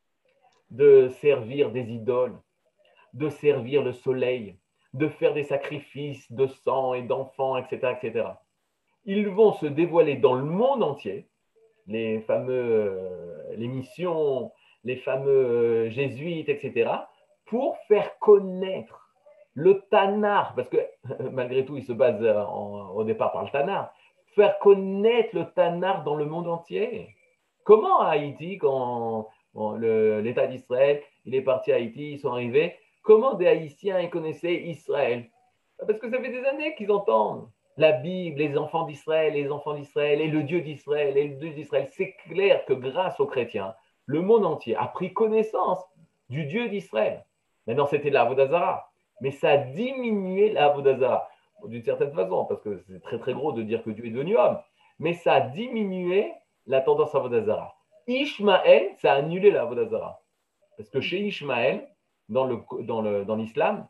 D: de servir des idoles, de servir le soleil, de faire des sacrifices de sang et d'enfants, et cetera, et cetera. Ils vont se dévoiler dans le monde entier, les fameux, les missions, les fameux jésuites, et cetera, pour faire connaître le Tanar, parce que malgré tout, il se base en, au départ par le Tanar, faire connaître le Tanar dans le monde entier. Comment à Haïti, quand bon, l'État d'Israël, il est parti à Haïti, ils sont arrivés, comment des Haïtiens ils connaissaient Israël? Parce que ça fait des années qu'ils entendent la Bible, les enfants d'Israël, les enfants d'Israël, et le Dieu d'Israël, et le Dieu d'Israël. C'est clair que grâce aux chrétiens, le monde entier a pris connaissance du Dieu d'Israël. Maintenant, c'était de l'Avodazara. Mais ça a diminué l'Avodazara, d'une certaine façon, parce que c'est très très gros de dire que Dieu est devenu homme, mais ça a diminué la tendance Avodazara. Ishmaël, ça a annulé l'Avodazara. Parce que chez Ishmaël, dans, le, dans, le, dans l'islam,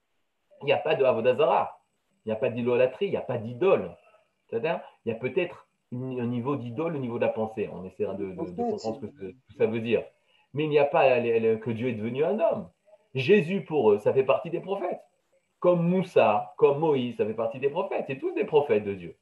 D: il n'y a pas de Avodazara, il n'y a pas d'idolâtrie, il n'y a pas d'idole. C'est-à-dire, il y a peut-être un niveau d'idole au niveau de la pensée. On essaiera de, de, de comprendre ce que, ce que ça veut dire. Mais il n'y a pas que Dieu est devenu un homme. Jésus, pour eux, ça fait partie des prophètes. Comme Moussa, comme Moïse, ça fait partie des prophètes. C'est tous des prophètes de Dieu.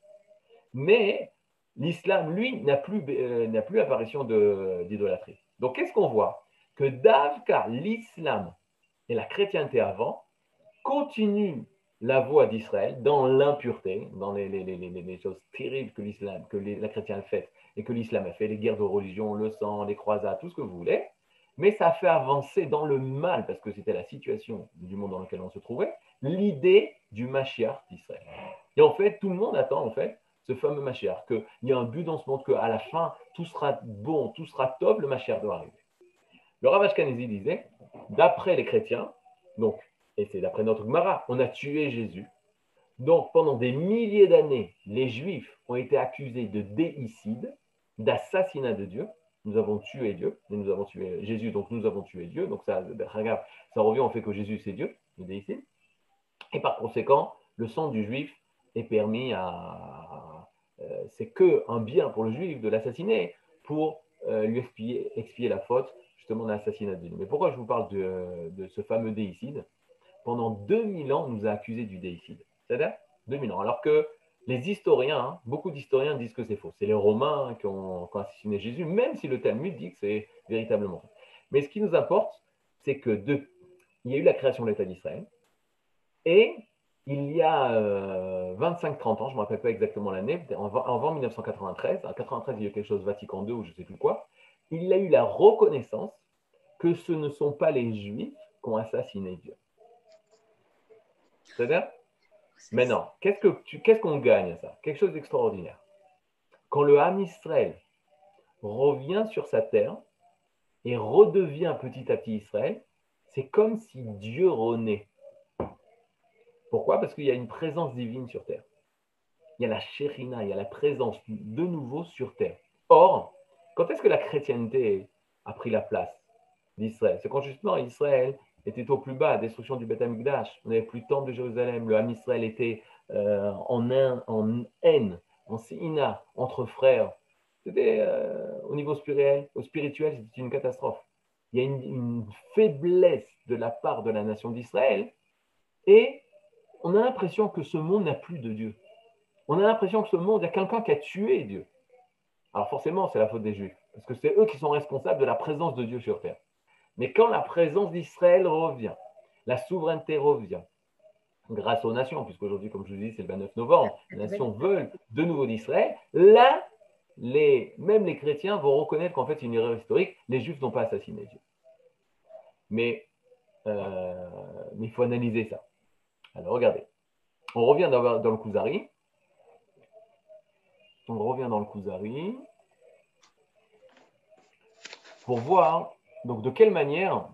D: Mais l'islam, lui, n'a plus, euh, n'a plus apparition de, d'idolâtrie. Donc, qu'est-ce qu'on voit? Que Davka, l'islam et la chrétienté avant, continuent la voie d'Israël dans l'impureté, dans les, les, les, les choses terribles que l'islam, que les, la chrétienne a fait et que l'islam a fait, les guerres de religion, le sang, les croisades, tout ce que vous voulez. Mais ça a fait avancer dans le mal, parce que c'était la situation du monde dans lequel on se trouvait, l'idée du Mashiach d'Israël. Et en fait, tout le monde attend en fait ce fameux Mashiach, qu'il y a un but dans ce monde, qu'à la fin, tout sera bon, tout sera top, le Mashiach doit arriver. Le Rav Ashkenazi disait, d'après les chrétiens, donc, et c'est d'après notre Gemara, on a tué Jésus. Donc, pendant des milliers d'années, les Juifs ont été accusés de déicide, d'assassinat de Dieu. Nous avons tué Dieu, et nous avons tué Jésus, donc nous avons tué Dieu. Donc ça, ça revient au fait que Jésus c'est Dieu, le déicide. Et par conséquent, le sang du Juif est permis à... Euh, c'est qu'un bien pour le Juif de l'assassiner pour euh, lui expier, expier la faute justement de l'assassinat de Dieu. Mais pourquoi je vous parle de, de ce fameux déicide? Pendant deux mille ans, on nous a accusés du déicide. C'est-à-dire deux mille ans. Alors que les historiens, hein, beaucoup d'historiens disent que c'est faux. C'est les Romains qui ont, qui ont assassiné Jésus, même si le Talmud dit que c'est véritablement faux. Mais ce qui nous importe, c'est que de, il y a eu la création de l'État d'Israël, et il y a euh, vingt-cinq trente ans, je ne me rappelle pas exactement l'année, avant mille neuf cent quatre-vingt-treize, en quatre-vingt-treize, il y a eu quelque chose, Vatican deux ou je ne sais plus quoi, il y a eu la reconnaissance que ce ne sont pas les Juifs qui ont assassiné Dieu. C'est-à-dire, maintenant, qu'est-ce, que tu, qu'est-ce qu'on gagne à ça? Quelque chose d'extraordinaire. Quand le Ham Israël revient sur sa terre et redevient petit à petit Israël, c'est comme si Dieu renaît. Pourquoi? Parce qu'il y a une présence divine sur terre. Il y a la Shérina, il y a la présence de nouveau sur terre. Or, quand est-ce que la chrétienté a pris la place d'Israël? C'est quand justement Israël était au plus bas, destruction du Beth Amikdash. On n'avait plus de temple de Jérusalem. Le Ham Israël était euh, en, un, en haine, en sina, entre frères. C'était euh, au niveau spirituel, au spirituel, c'était une catastrophe. Il y a une, une faiblesse de la part de la nation d'Israël et on a l'impression que ce monde n'a plus de Dieu. On a l'impression que ce monde, il y a quelqu'un qui a tué Dieu. Alors forcément, c'est la faute des Juifs, parce que c'est eux qui sont responsables de la présence de Dieu sur terre. Mais quand la présence d'Israël revient, la souveraineté revient, grâce aux nations, puisqu'aujourd'hui, comme je vous dis, c'est le vingt-neuf novembre, les nations veulent de nouveau d'Israël, là, les, même les chrétiens vont reconnaître qu'en fait, c'est une erreur historique, les Juifs n'ont pas assassiné Dieu. Mais, euh, mais il faut analyser ça. Alors regardez, On revient dans, dans le Kuzari. On revient dans le Kuzari pour voir donc de quelle manière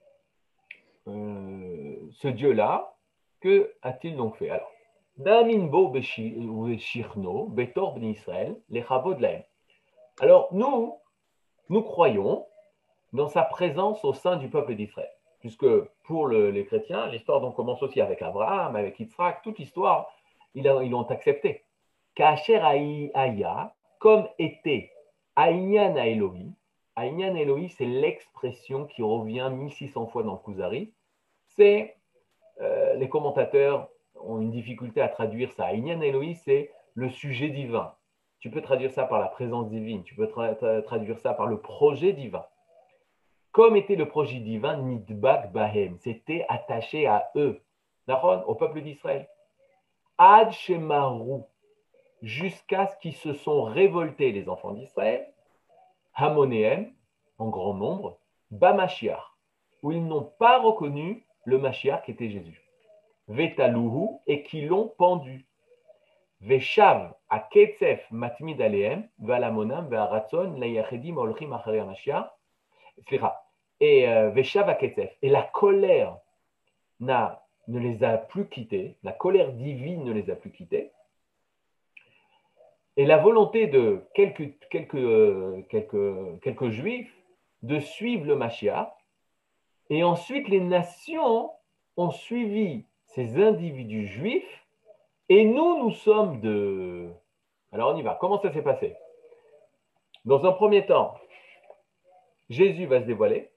D: euh, ce Dieu-là, que a-t-il donc fait? Alors, Daminbo Beshirno, Betor Ben Israël, les Chavod Lahem. Alors, nous, nous croyons dans sa présence au sein du peuple d'Israël. Puisque pour le, les chrétiens, l'histoire donc commence aussi avec Abraham, avec Yitzhak, toute l'histoire, ils l'ont accepté. Kacher Aya, comme était Aïnyan à Elohi. Aïnyan à Elohi, c'est l'expression qui revient mille six cents fois dans le Kuzari. C'est, euh, les commentateurs ont une difficulté à traduire ça. Aïnyan à Elohi, c'est le sujet divin. Tu peux traduire ça par la présence divine, tu peux tra tra traduire ça par le projet divin. Comme était le projet divin, Nidbak Bahem, c'était attaché à eux, au peuple d'Israël. Ad Shemaru, jusqu'à ce qu'ils se sont révoltés, les enfants d'Israël, Hamonéem, en grand nombre, Bamashiach, où ils n'ont pas reconnu le Mashiach qui était Jésus. Vetaluhu, et qui l'ont pendu. Veshav, a Ketzef, Matmid Aleem, Valamonam, Ve'aratson, Layachedim, Olchim, Achari Mashiach. Et euh, Veshav, a Ketzef. Et la colère n'a, ne les a plus quittés, la colère divine ne les a plus quittés. Et la volonté de quelques, quelques, quelques, quelques juifs de suivre le Mashiach. Et ensuite, les nations ont suivi ces individus juifs. Et nous, nous sommes de... Alors, on y va. Comment ça s'est passé? Dans un premier temps, Jésus va se dévoiler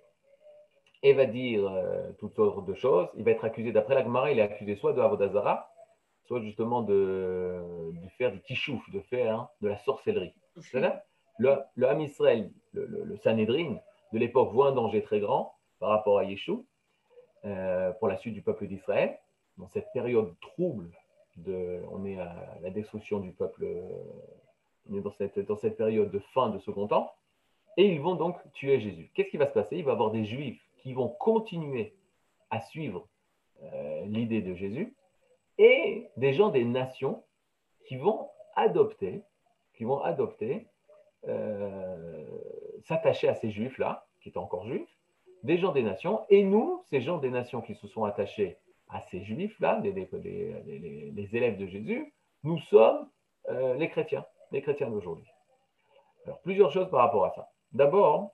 D: et va dire euh, toutes sortes de choses. Il va être accusé, d'après la Gemara, il est accusé soit de Avodah Zarah, soit justement de, de faire du tishouf, de faire hein, de la sorcellerie. Le, le Ham Israël, le, le, le Sanhédrin de l'époque voit un danger très grand par rapport à Yeshua euh, pour la suite du peuple d'Israël. Dans cette période trouble, de, on est à la destruction du peuple, on est dans cette, dans cette période de fin de second temps, et ils vont donc tuer Jésus. Qu'est-ce qui va se passer? Il va y avoir des Juifs qui vont continuer à suivre euh, l'idée de Jésus, et des gens des nations qui vont adopter, qui vont adopter, euh, s'attacher à ces juifs-là, qui étaient encore juifs, des gens des nations, et nous, ces gens des nations qui se sont attachés à ces juifs-là, les, les, les, les élèves de Jésus, nous sommes euh, les chrétiens, les chrétiens d'aujourd'hui. Alors, plusieurs choses par rapport à ça. D'abord,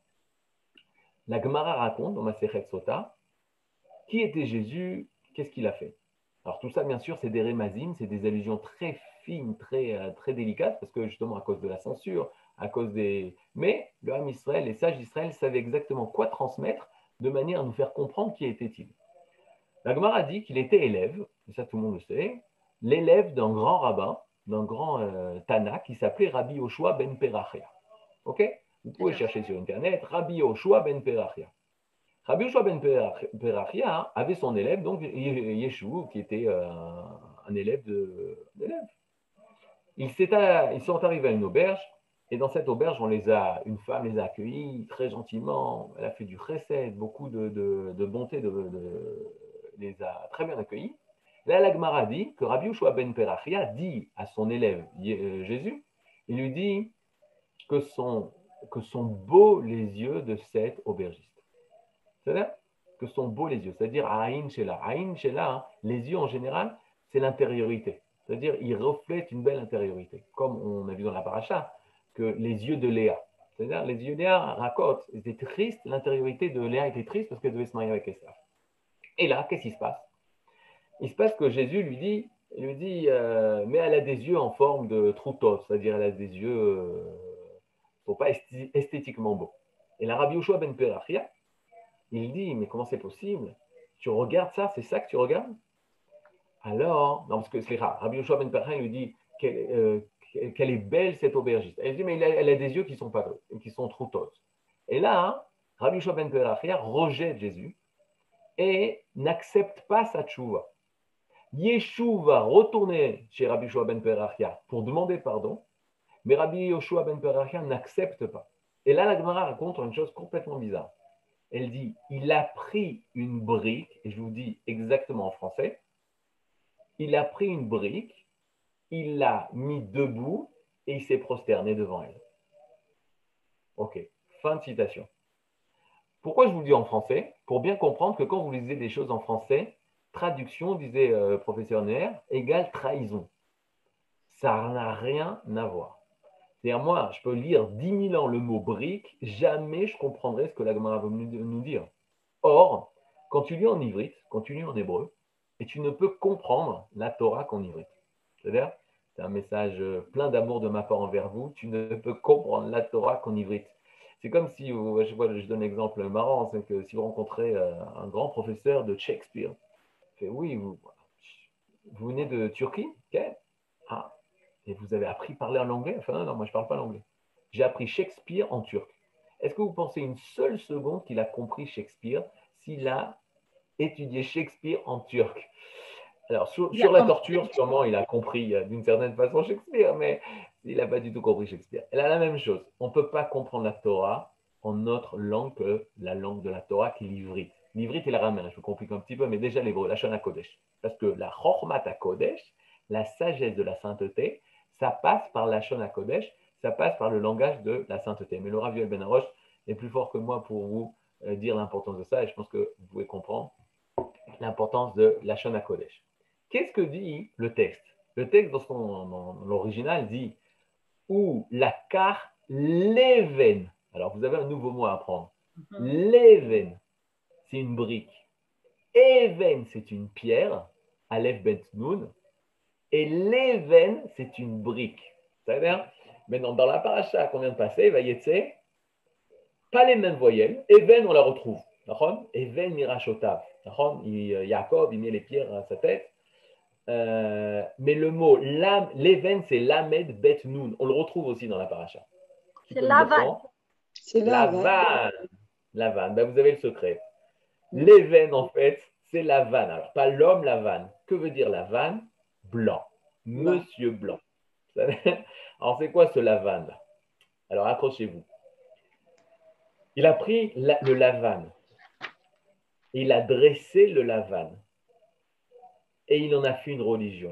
D: la Gemara raconte dans Masechet Sota, qui était Jésus, qu'est-ce qu'il a fait? Alors tout ça, bien sûr, c'est des rémazim, c'est des allusions très fines, très, très délicates, parce que justement à cause de la censure, à cause des... Mais le Ham Israël, les sages d'Israël savaient exactement quoi transmettre de manière à nous faire comprendre qui était-il. La Gemara dit qu'il était élève, et ça tout le monde le sait, l'élève d'un grand rabbin, d'un grand euh, Tana qui s'appelait Rabbi Yoshua ben Perachia. Ok? Vous pouvez chercher sur Internet, Rabbi Yoshua ben Perachia. Rabbi Yoshua ben Perachia avait son élève, donc Yeshua, qui était euh, un élève de, d'élève. Ils, ils sont arrivés à une auberge, et dans cette auberge, on les a, une femme les a accueillis très gentiment, elle a fait du chesed, beaucoup de, de, de bonté, de, de, les a très bien accueillis. Là, la Gemara dit que Rabbi Yoshua ben Perachia dit à son élève Jésus, il lui dit que sont, que sont beaux les yeux de cet aubergiste. C'est-à-dire que sont beaux les yeux, c'est-à-dire Aïn Shela. Aïn Shela, hein, les yeux en général, c'est l'intériorité. C'est-à-dire ils reflètent une belle intériorité. Comme on a vu dans la paracha, que les yeux de Léa. C'est-à-dire les yeux de Léa racontent, c'était triste, l'intériorité de Léa était triste parce qu'elle devait se marier avec Esav. Et là, qu'est-ce qui se passe? Il se passe que Jésus lui dit, il lui dit euh, mais elle a des yeux en forme de troutot, c'est-à-dire elle a des yeux euh, ne sont pas esthétiquement beaux. Et la Rabbi Yoshua ben Perachia, il dit, mais comment c'est possible? Tu regardes ça, c'est ça que tu regardes? Alors, non, parce que c'est rare. Rabbi Yoshua ben Perachia lui dit qu'elle, euh, qu'elle est belle cette aubergiste. Elle dit, mais elle a, elle a des yeux qui sont pas qui sont troutos. Et là, hein, Rabbi Yoshua ben Perachia rejette Jésus et n'accepte pas sa tchouva. Yeshua va retourner chez Rabbi Yoshua ben Perachia pour demander pardon, mais Rabbi Yoshua ben Perachia n'accepte pas. Et là, la Gemara raconte une chose complètement bizarre. Elle dit, il a pris une brique, et je vous dis exactement en français, il a pris une brique, il l'a mis debout et il s'est prosterné devant elle. Ok, fin de citation. Pourquoi je vous le dis en français? Pour bien comprendre que quand vous lisez des choses en français, traduction, disait euh, professeur Neher, égale trahison. Ça n'a rien à voir. C'est-à-dire, moi, je peux lire dix mille ans le mot brique, jamais je comprendrai ce que la Gemara veut nous dire. Or, quand tu lis en ivrite, quand tu lis en hébreu, et tu ne peux comprendre la Torah qu'en ivrite. C'est-à-dire, c'est un message plein d'amour de ma part envers vous, tu ne peux comprendre la Torah qu'en ivrite. C'est comme si, vous, je, vois, je donne un exemple marrant, c'est que si vous rencontrez un grand professeur de Shakespeare, fait, oui, vous, vous venez de Turquie, ok? Ah, et vous avez appris à parler en anglais? Enfin, non, non, moi je ne parle pas l'anglais. J'ai appris Shakespeare en turc. Est-ce que vous pensez une seule seconde qu'il a compris Shakespeare s'il a étudié Shakespeare en turc? Alors, sur, sur la torture, sûrement, il a compris euh, d'une certaine façon Shakespeare, mais il n'a pas du tout compris Shakespeare. Elle a la même chose. On ne peut pas comprendre la Torah en autre langue que la langue de la Torah, qui est l'ivrite. L'ivrite et l'araméen, je vous complique un petit peu, mais déjà l'hébreu, la Shana Kodesh. Parce que la Chochmat Kodesh, la sagesse de la sainteté, ça passe par la Shana Kodesh, ça passe par le langage de la sainteté. Mais le Rav Yoel Ben Arosh est plus fort que moi pour vous euh, dire l'importance de ça, et je pense que vous pouvez comprendre l'importance de la Shana Kodesh. Qu'est-ce que dit le texte? Le texte, dans, son, dans l'original, dit ou la car leven. Alors, vous avez un nouveau mot à apprendre. Mm-hmm. Leven, c'est une brique. Even, c'est une pierre. Aleph bet nun. Et leven, c'est une brique. C'est-à-dire, maintenant, dans la paracha qu'on vient de passer, Vayetse, pas les mêmes voyelles. Even, on la retrouve. Even mirachotav. Yaakov, il met les pierres à sa tête. Euh, mais le mot leven, c'est lamed bet nun. On le retrouve aussi dans la paracha.
C: C'est lavan.
A: C'est
D: lavan. Lavan. Ben, vous avez le secret. Leven, en fait, c'est la vanne. Alors, pas l'homme, la vanne. Que veut dire la vanne? Blanc. Monsieur Blanc. Alors, c'est quoi ce lavan là? Alors, accrochez-vous. Il a pris la, le lavan. Il a dressé le lavan. Et il en a fait une religion.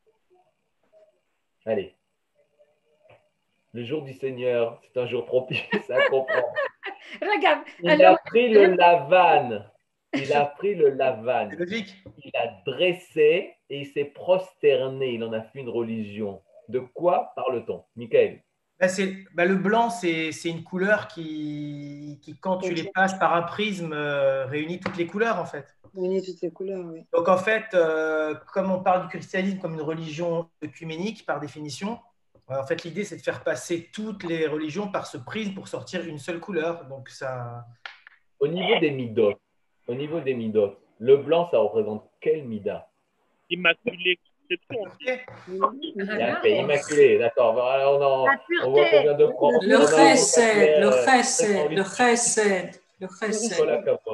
D: Allez. Le jour du Seigneur, c'est un jour propice à comprendre.
C: Regarde.
D: Il
C: alors,
D: a pris le lavan. Il a pris le lavan.
B: C'est logique.
D: Il a dressé et il s'est prosterné. Il en a fait une religion. De quoi parle-t-on, Michael?
B: Bah, c'est, bah, le blanc, c'est, c'est une couleur qui, qui, quand tu les passes par un prisme, euh, réunit toutes les couleurs, en fait.
A: Réunit toutes les couleurs, oui.
B: Donc, en fait, euh, comme on parle du christianisme comme une religion œcuménique, par définition, euh, en fait, l'idée, c'est de faire passer toutes les religions par ce prisme pour sortir une seule couleur. Donc, ça...
D: Au niveau des midot, au niveau des midot, le blanc, ça représente quel mida?
E: Immaculé.
D: Immaculé, d'accord. On, on voit qu'on vient de prendre.
F: Le chesed, le chesed, le chesed, le chesed.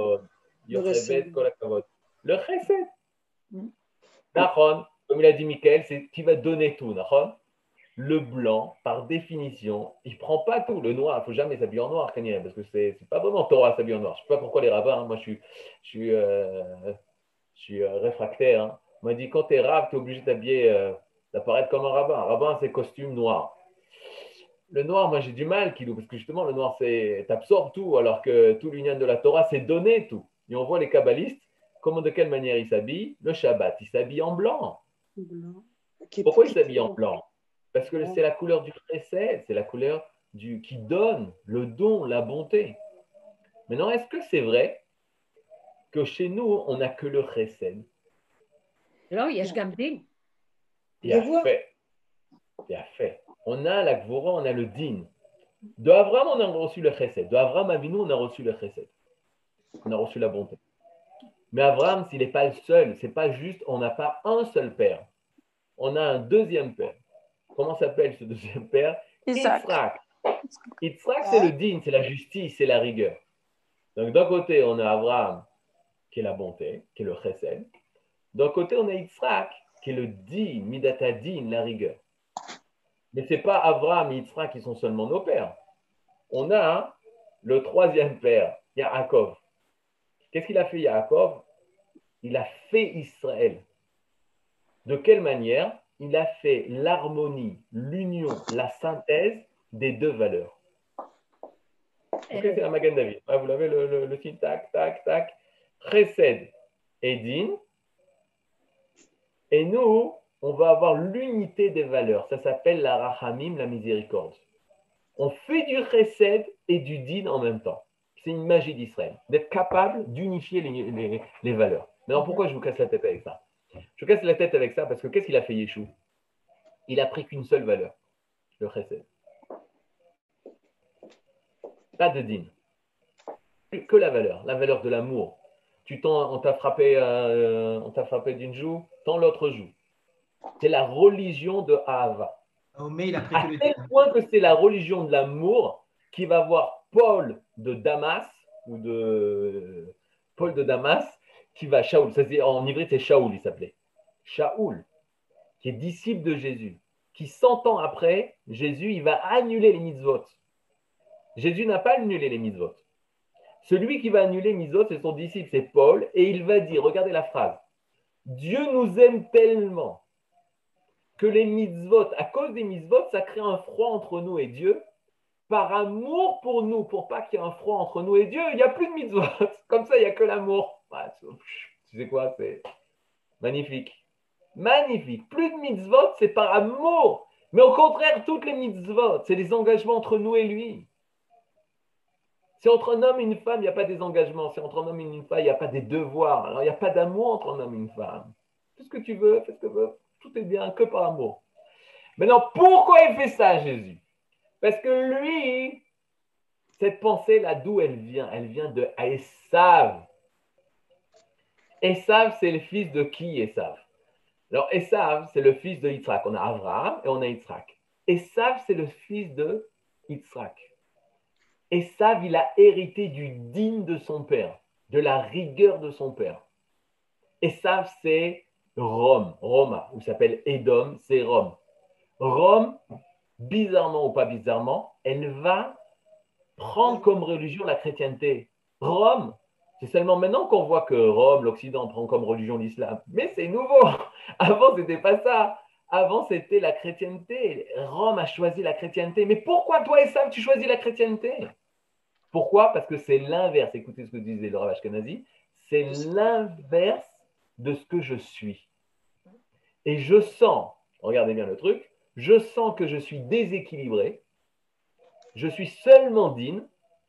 D: Le chesed. Nachon, comme il a dit Michael, c'est qui va donner tout. Nachon. Le blanc, par définition, il ne prend pas tout. Le noir, il ne faut jamais s'habiller en noir, parce que ce n'est pas vraiment Torah s'habiller en noir. Je ne sais pas pourquoi les rabbins, hein, moi je suis, je suis, euh, je suis euh, réfractaire. Hein. On m'a dit, quand tu es rab, tu es obligé d'habiller, euh, d'apparaître comme un rabbin. Un rabbin, c'est costume noir. Le noir, moi j'ai du mal, Kilo, parce que justement, le noir, c'est t'absorbes tout, alors que tout l'union de la Torah, c'est donner tout. Et on voit les kabbalistes, comment, de quelle manière ils s'habillent. Le Shabbat, ils s'habillent en blanc. blanc. Pourquoi ils s'habillent en blanc? Parce que c'est la couleur du chesed, c'est la couleur du, qui donne le don, la bonté. Maintenant, est-ce que c'est vrai que chez nous, on n'a que le chesed?
C: Non, il y a Shgamdin.
D: Il y a fait. Il y a fait. On a la Gvora, on a le din. De Avram, on a reçu le chesed. De Avram Avinu, on a reçu le chesed. On a reçu la bonté. Mais Avram, s'il n'est pas le seul, c'est pas juste, on n'a pas un seul père. On a un deuxième père. Comment s'appelle ce deuxième père? Yitzhak. Yitzhak, c'est le din, c'est la justice, c'est la rigueur. Donc, d'un côté, on a Abraham, qui est la bonté, qui est le chesed. D'un côté, on a Yitzhak, qui est le din, midata din, la rigueur. Mais ce n'est pas Abraham et Yitzhak qui sont seulement nos pères. On a hein, le troisième père, Yaakov. Qu'est-ce qu'il a fait, Yaakov? Il a fait Israël. De quelle manière? Il a fait l'harmonie, l'union, la synthèse des deux valeurs. Ok, c'est la Magen David. Ah, vous l'avez le, le, le signe, tac, tac, tac. Chesed et Din. Et nous, on va avoir l'unité des valeurs. Ça s'appelle la Rachamim, la miséricorde. On fait du Chesed et du Din en même temps. C'est une magie d'Israël, d'être capable d'unifier les, les, les valeurs. Maintenant, pourquoi je vous casse la tête avec ça? Je vous casse la tête avec ça parce que qu'est-ce qu'il a fait Yeshua? Il a pris qu'une seule valeur, le Chesed. Pas de Din. Que la valeur, la valeur de l'amour. Tu t'en, on t'a frappé, euh, on t'a frappé d'une joue, tends l'autre joue. C'est la religion de Ahava.
B: Oh, mais il a pris
D: À
B: que le
D: tel point que c'est la religion de l'amour qui va voir Paul de Damas, ou de Paul de Damas, qui va Shaoul. Ça, c'est, en hébreu, c'est Shaoul, il s'appelait. Shaoul, qui est disciple de Jésus, qui cent ans après, Jésus, il va annuler les mitzvot. Jésus n'a pas annulé les mitzvot. Celui qui va annuler les mitzvot, c'est son disciple, c'est Paul, et il va dire, regardez la phrase, Dieu nous aime tellement que les mitzvot, à cause des mitzvot, ça crée un froid entre nous et Dieu. Par amour pour nous, pour pas qu'il y ait un froid entre nous et Dieu, il n'y a plus de mitzvot. Comme ça, il n'y a que l'amour. Ouais, tu sais quoi, c'est magnifique. Magnifique. Plus de mitzvot, c'est par amour. Mais au contraire, toutes les mitzvot, c'est des engagements entre nous et lui. Si entre un homme et une femme, il n'y a pas des engagements. Si entre un homme et une femme, il n'y a pas des devoirs. Alors, il n'y a pas d'amour entre un homme et une femme. Fais ce que tu veux, fais ce que tu veux. Tout est bien, que par amour. Maintenant, pourquoi il fait ça, Jésus? Parce que lui, cette pensée-là, d'où elle vient? Elle vient de Esav. Esav, c'est le fils de qui, Esav? Alors, Esav, c'est le fils de Yitzhak. On a Abraham et on a Yitzhak. Esav, c'est le fils de Yitzhak. Esav, il a hérité du digne de son père, de la rigueur de son père. Esav, c'est Rome, Roma, où s'appelle Édom, c'est Rome. Rome, bizarrement ou pas bizarrement, elle va prendre comme religion la chrétienté. Rome, c'est seulement maintenant qu'on voit que Rome, l'Occident, prend comme religion l'islam. Mais c'est nouveau. Avant, ce n'était pas ça. Avant, c'était la chrétienté. Rome a choisi la chrétienté. Mais pourquoi toi, Esav, tu choisis la chrétienté? Pourquoi? Parce que c'est l'inverse. Écoutez ce que disait le Rav Ashkenazi. C'est l'inverse de ce que je suis. Et je sens, regardez bien le truc, je sens que je suis déséquilibré, je suis seulement digne,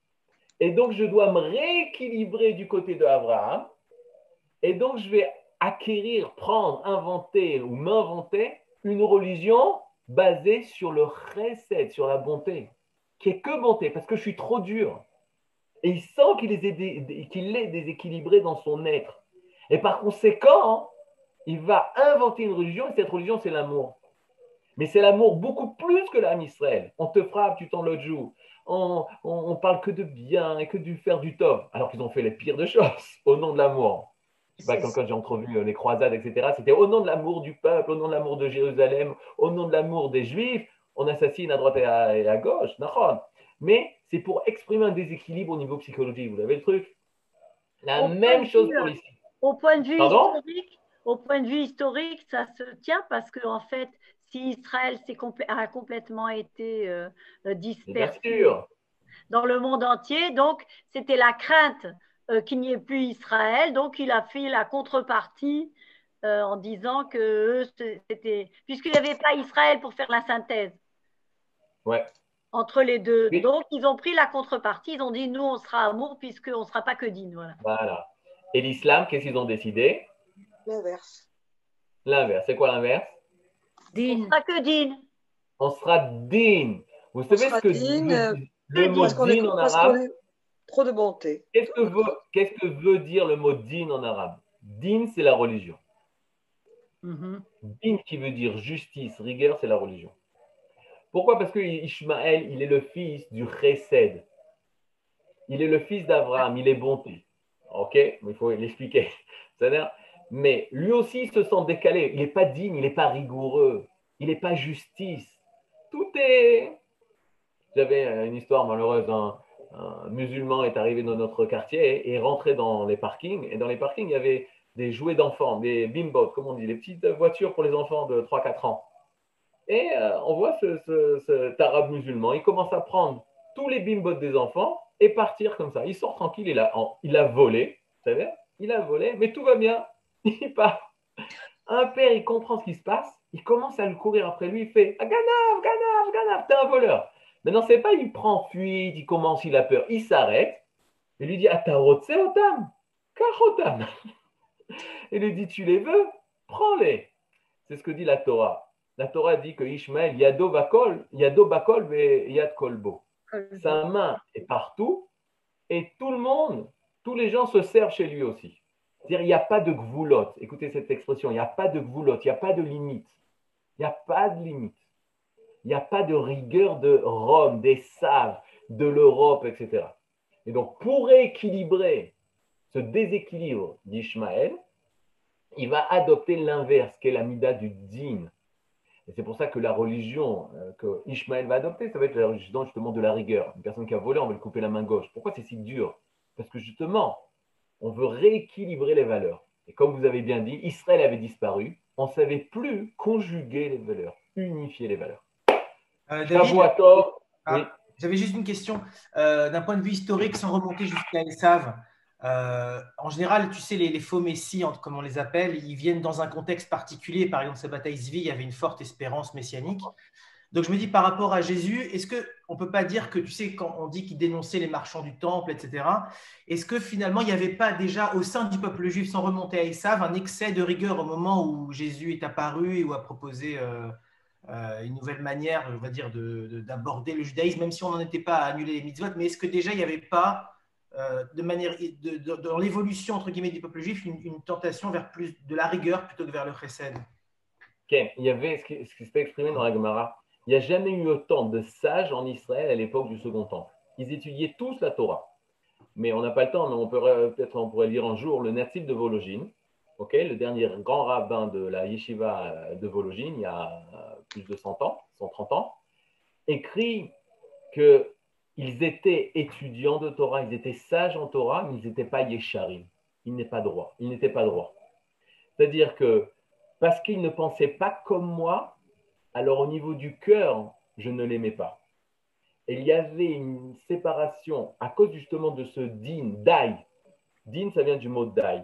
D: et donc je dois me rééquilibrer du côté de Abraham, et donc je vais acquérir, prendre, inventer ou m'inventer une religion basée sur le chesed, sur la bonté, qui est que bonté, parce que je suis trop dur. Et il sent qu'il est, qu'il est déséquilibré dans son être. Et par conséquent, il va inventer une religion, et cette religion, c'est l'amour. Mais c'est l'amour beaucoup plus que l'âme Israël. On te frappe, tu t'en l'autre jour. On, on, on parle que de bien et que du faire du tov, alors qu'ils ont fait les pires de choses au nom de l'amour. Bah, quand, quand j'ai entrevu les croisades, et cetera, c'était au nom de l'amour du peuple, au nom de l'amour de Jérusalem, au nom de l'amour des Juifs, on assassine à droite et à, et à gauche. Mais c'est pour exprimer un déséquilibre au niveau psychologique. Vous avez le truc? La
C: Au
D: même
C: point
D: chose
C: de
D: pour
C: vue,
D: les signes.
C: Au point de vue
D: Pardon?
C: historique, au point de vue historique, ça se tient parce que en fait, si Israël s'est complè- a complètement été euh, euh,
D: Et bien
C: dispersé
D: sûr.
C: dans le monde entier, donc c'était la crainte euh, qu'il n'y ait plus Israël, donc il a fait la contrepartie euh, en disant que eux, c'était puisqu'il n'y avait pas Israël pour faire la synthèse
D: Ouais.
C: entre les deux,
D: Oui.
C: donc ils ont pris la contrepartie, ils ont dit nous on sera amour puisqu'on ne sera pas que dîne, voilà.
D: Voilà. Et l'islam, qu'est-ce qu'ils ont décidé?
A: L'inverse.
D: L'inverse. C'est quoi l'inverse?
C: On
E: Din.
C: sera que dîne.
D: On sera din. Vous
A: On
D: savez
A: sera
D: ce que
A: digne, euh,
D: veut- le mot
A: parce qu'on est,
D: din en
A: parce qu'on
D: arabe?
A: est trop de bonté.
D: Qu'est-ce que veut, qu'est-ce que veut dire le mot din en arabe? Din, c'est la religion.
C: Mhm.
D: Din qui veut dire justice, rigueur, c'est la religion. Pourquoi? Parce que Ishmaël, il est le fils du chesed. Il est le fils d'Abraham, il est bonté. Ok? Mais il faut l'expliquer. C'est-à-dire, mais lui aussi, il se sent décalé. Il n'est pas digne, il n'est pas rigoureux. Il n'est pas justice. Tout est... J'avais une histoire malheureuse. Un, un musulman est arrivé dans notre quartier et est rentré dans les parkings. Et dans les parkings, il y avait des jouets d'enfants, des bimbot, comme on dit, les petites voitures pour les enfants de trois quatre ans. Et euh, on voit ce, ce, cet arabe musulman, il commence à prendre tous les bimbot des enfants et partir comme ça. Il sort tranquille, il a, il a volé, vous savez, il a volé, mais tout va bien, il part. Un père, il comprend ce qui se passe, il commence à le courir après lui, il fait « Ganav, Ganav, Ganav, t'es un voleur !» Maintenant, c'est pas, il prend fuite, il commence, il a peur, il s'arrête, et lui dit « Atarotse otam, kachotam !» Il lui dit « Tu les veux, prends-les !» C'est ce que dit la Torah. La Torah dit que Ishmaël, Yado bakol, Yado bakol ve Yad kolbo. Sa main est partout, et tout le monde, tous les gens se servent chez lui aussi. C'est-à-dire, il n'y a pas de gvoulotte. Écoutez cette expression, il n'y a pas de gvoulotte, il n'y a pas de limite. Il n'y a pas de limite. Il n'y a pas de rigueur de Rome, des sages, de l'Europe, et cetera. Et donc, pour rééquilibrer ce déséquilibre d'Ishmaël, il va adopter l'inverse, qui est la mida du din. Et c'est pour ça que la religion que Ishmaël va adopter, ça va être la religion justement de la rigueur. Une personne qui a volé, on va lui couper la main gauche. Pourquoi c'est si dur? Parce que justement, on veut rééquilibrer les valeurs. Et comme vous avez bien dit, Israël avait disparu. On ne savait plus conjuguer les valeurs, unifier les valeurs.
B: Euh, David, ah, oui. J'avais juste une question. Euh, d'un point de vue historique, sans remonter jusqu'à Esav, euh, en général, tu sais, les, les faux messies, comme on les appelle, ils viennent dans un contexte particulier. Par exemple, sa bataille Zvi, il y avait une forte espérance messianique. Donc, je me dis, par rapport à Jésus, est-ce qu'on ne peut pas dire que, tu sais, quand on dit qu'il dénonçait les marchands du temple, et cetera, est-ce que finalement, il n'y avait pas déjà au sein du peuple juif, sans remonter à Esav, un excès de rigueur au moment où Jésus est apparu et où a proposé euh, euh, une nouvelle manière, on va dire, de, de, d'aborder le judaïsme, même si on n'en était pas à annuler les mitzvot, mais est-ce que déjà, il n'y avait pas, euh, de manière, de, de, dans l'évolution, entre guillemets, du peuple juif, une, une tentation vers plus de la rigueur plutôt que vers le chesed?
D: Ok, il y avait ce qui, ce qui s'était exprimé dans la Gemara. Il n'y a jamais eu autant de sages en Israël à l'époque du Second Temple. Ils étudiaient tous la Torah. Mais on n'a pas le temps, mais on pourrait, peut-être on pourrait lire un jour le Natif de Vologine, okay, le dernier grand rabbin de la yeshiva de Vologine, il y a plus de cent ans, cent trente ans, écrit qu'ils étaient étudiants de Torah, ils étaient sages en Torah, mais ils n'étaient pas yesharim. Ils n'étaient pas droits. Ils n'étaient pas droits. C'est-à-dire que parce qu'ils ne pensaient pas comme moi, alors au niveau du cœur, je ne l'aimais pas. Et il y avait une séparation à cause justement de ce din, dai. Din, ça vient du mot dai.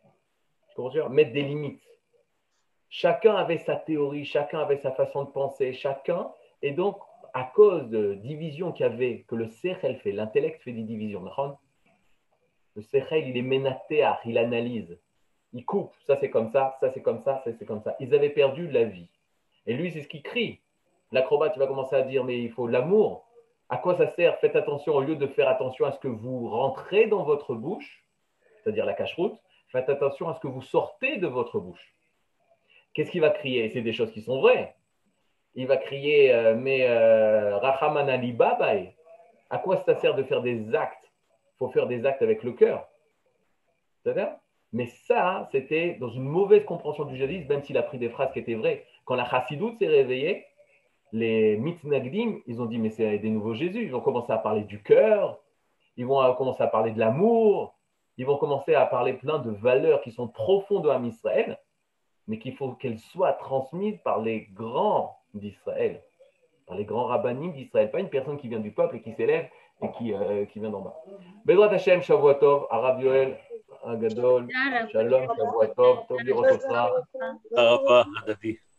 D: Tu comprends? Mettre des limites. Chacun avait sa théorie, chacun avait sa façon de penser, chacun. Et donc, à cause de divisions qu'il y avait, que le sechel fait, l'intellect fait des divisions. Le sechel, il est ménatéar, il analyse. Il coupe, ça c'est comme ça, ça c'est comme ça, ça c'est comme ça. Ils avaient perdu la vie. Et lui, c'est ce qu'il crie. L'acrobate, il va commencer à dire, mais il faut l'amour. À quoi ça sert? Faites attention, au lieu de faire attention à ce que vous rentrez dans votre bouche, c'est-à-dire la cache-route, faites attention à ce que vous sortez de votre bouche. Qu'est-ce qu'il va crier? C'est des choses qui sont vraies. Il va crier, euh, mais Rachaman Ali Babaï. À quoi ça sert de faire des actes? Il faut faire des actes avec le cœur. C'est-à-dire? Mais ça, c'était dans une mauvaise compréhension du judaïsme, même s'il a pris des phrases qui étaient vraies. Quand la chassidoute s'est réveillée, les mitnagdim, ils ont dit, mais c'est des nouveaux Jésus. Ils vont commencer à parler du cœur, ils vont commencer à parler de l'amour, ils vont commencer à parler plein de valeurs qui sont profondes à Israël, mais qu'il faut qu'elles soient transmises par les grands d'Israël, par les grands rabbanim d'Israël, pas une personne qui vient du peuple et qui s'élève et qui, euh, qui vient d'en bas. Bezrat Hashem, Shavua Tov, Arav Yoel, Agadol, Shalom, Shavua Tov, Tov Lirot Otra.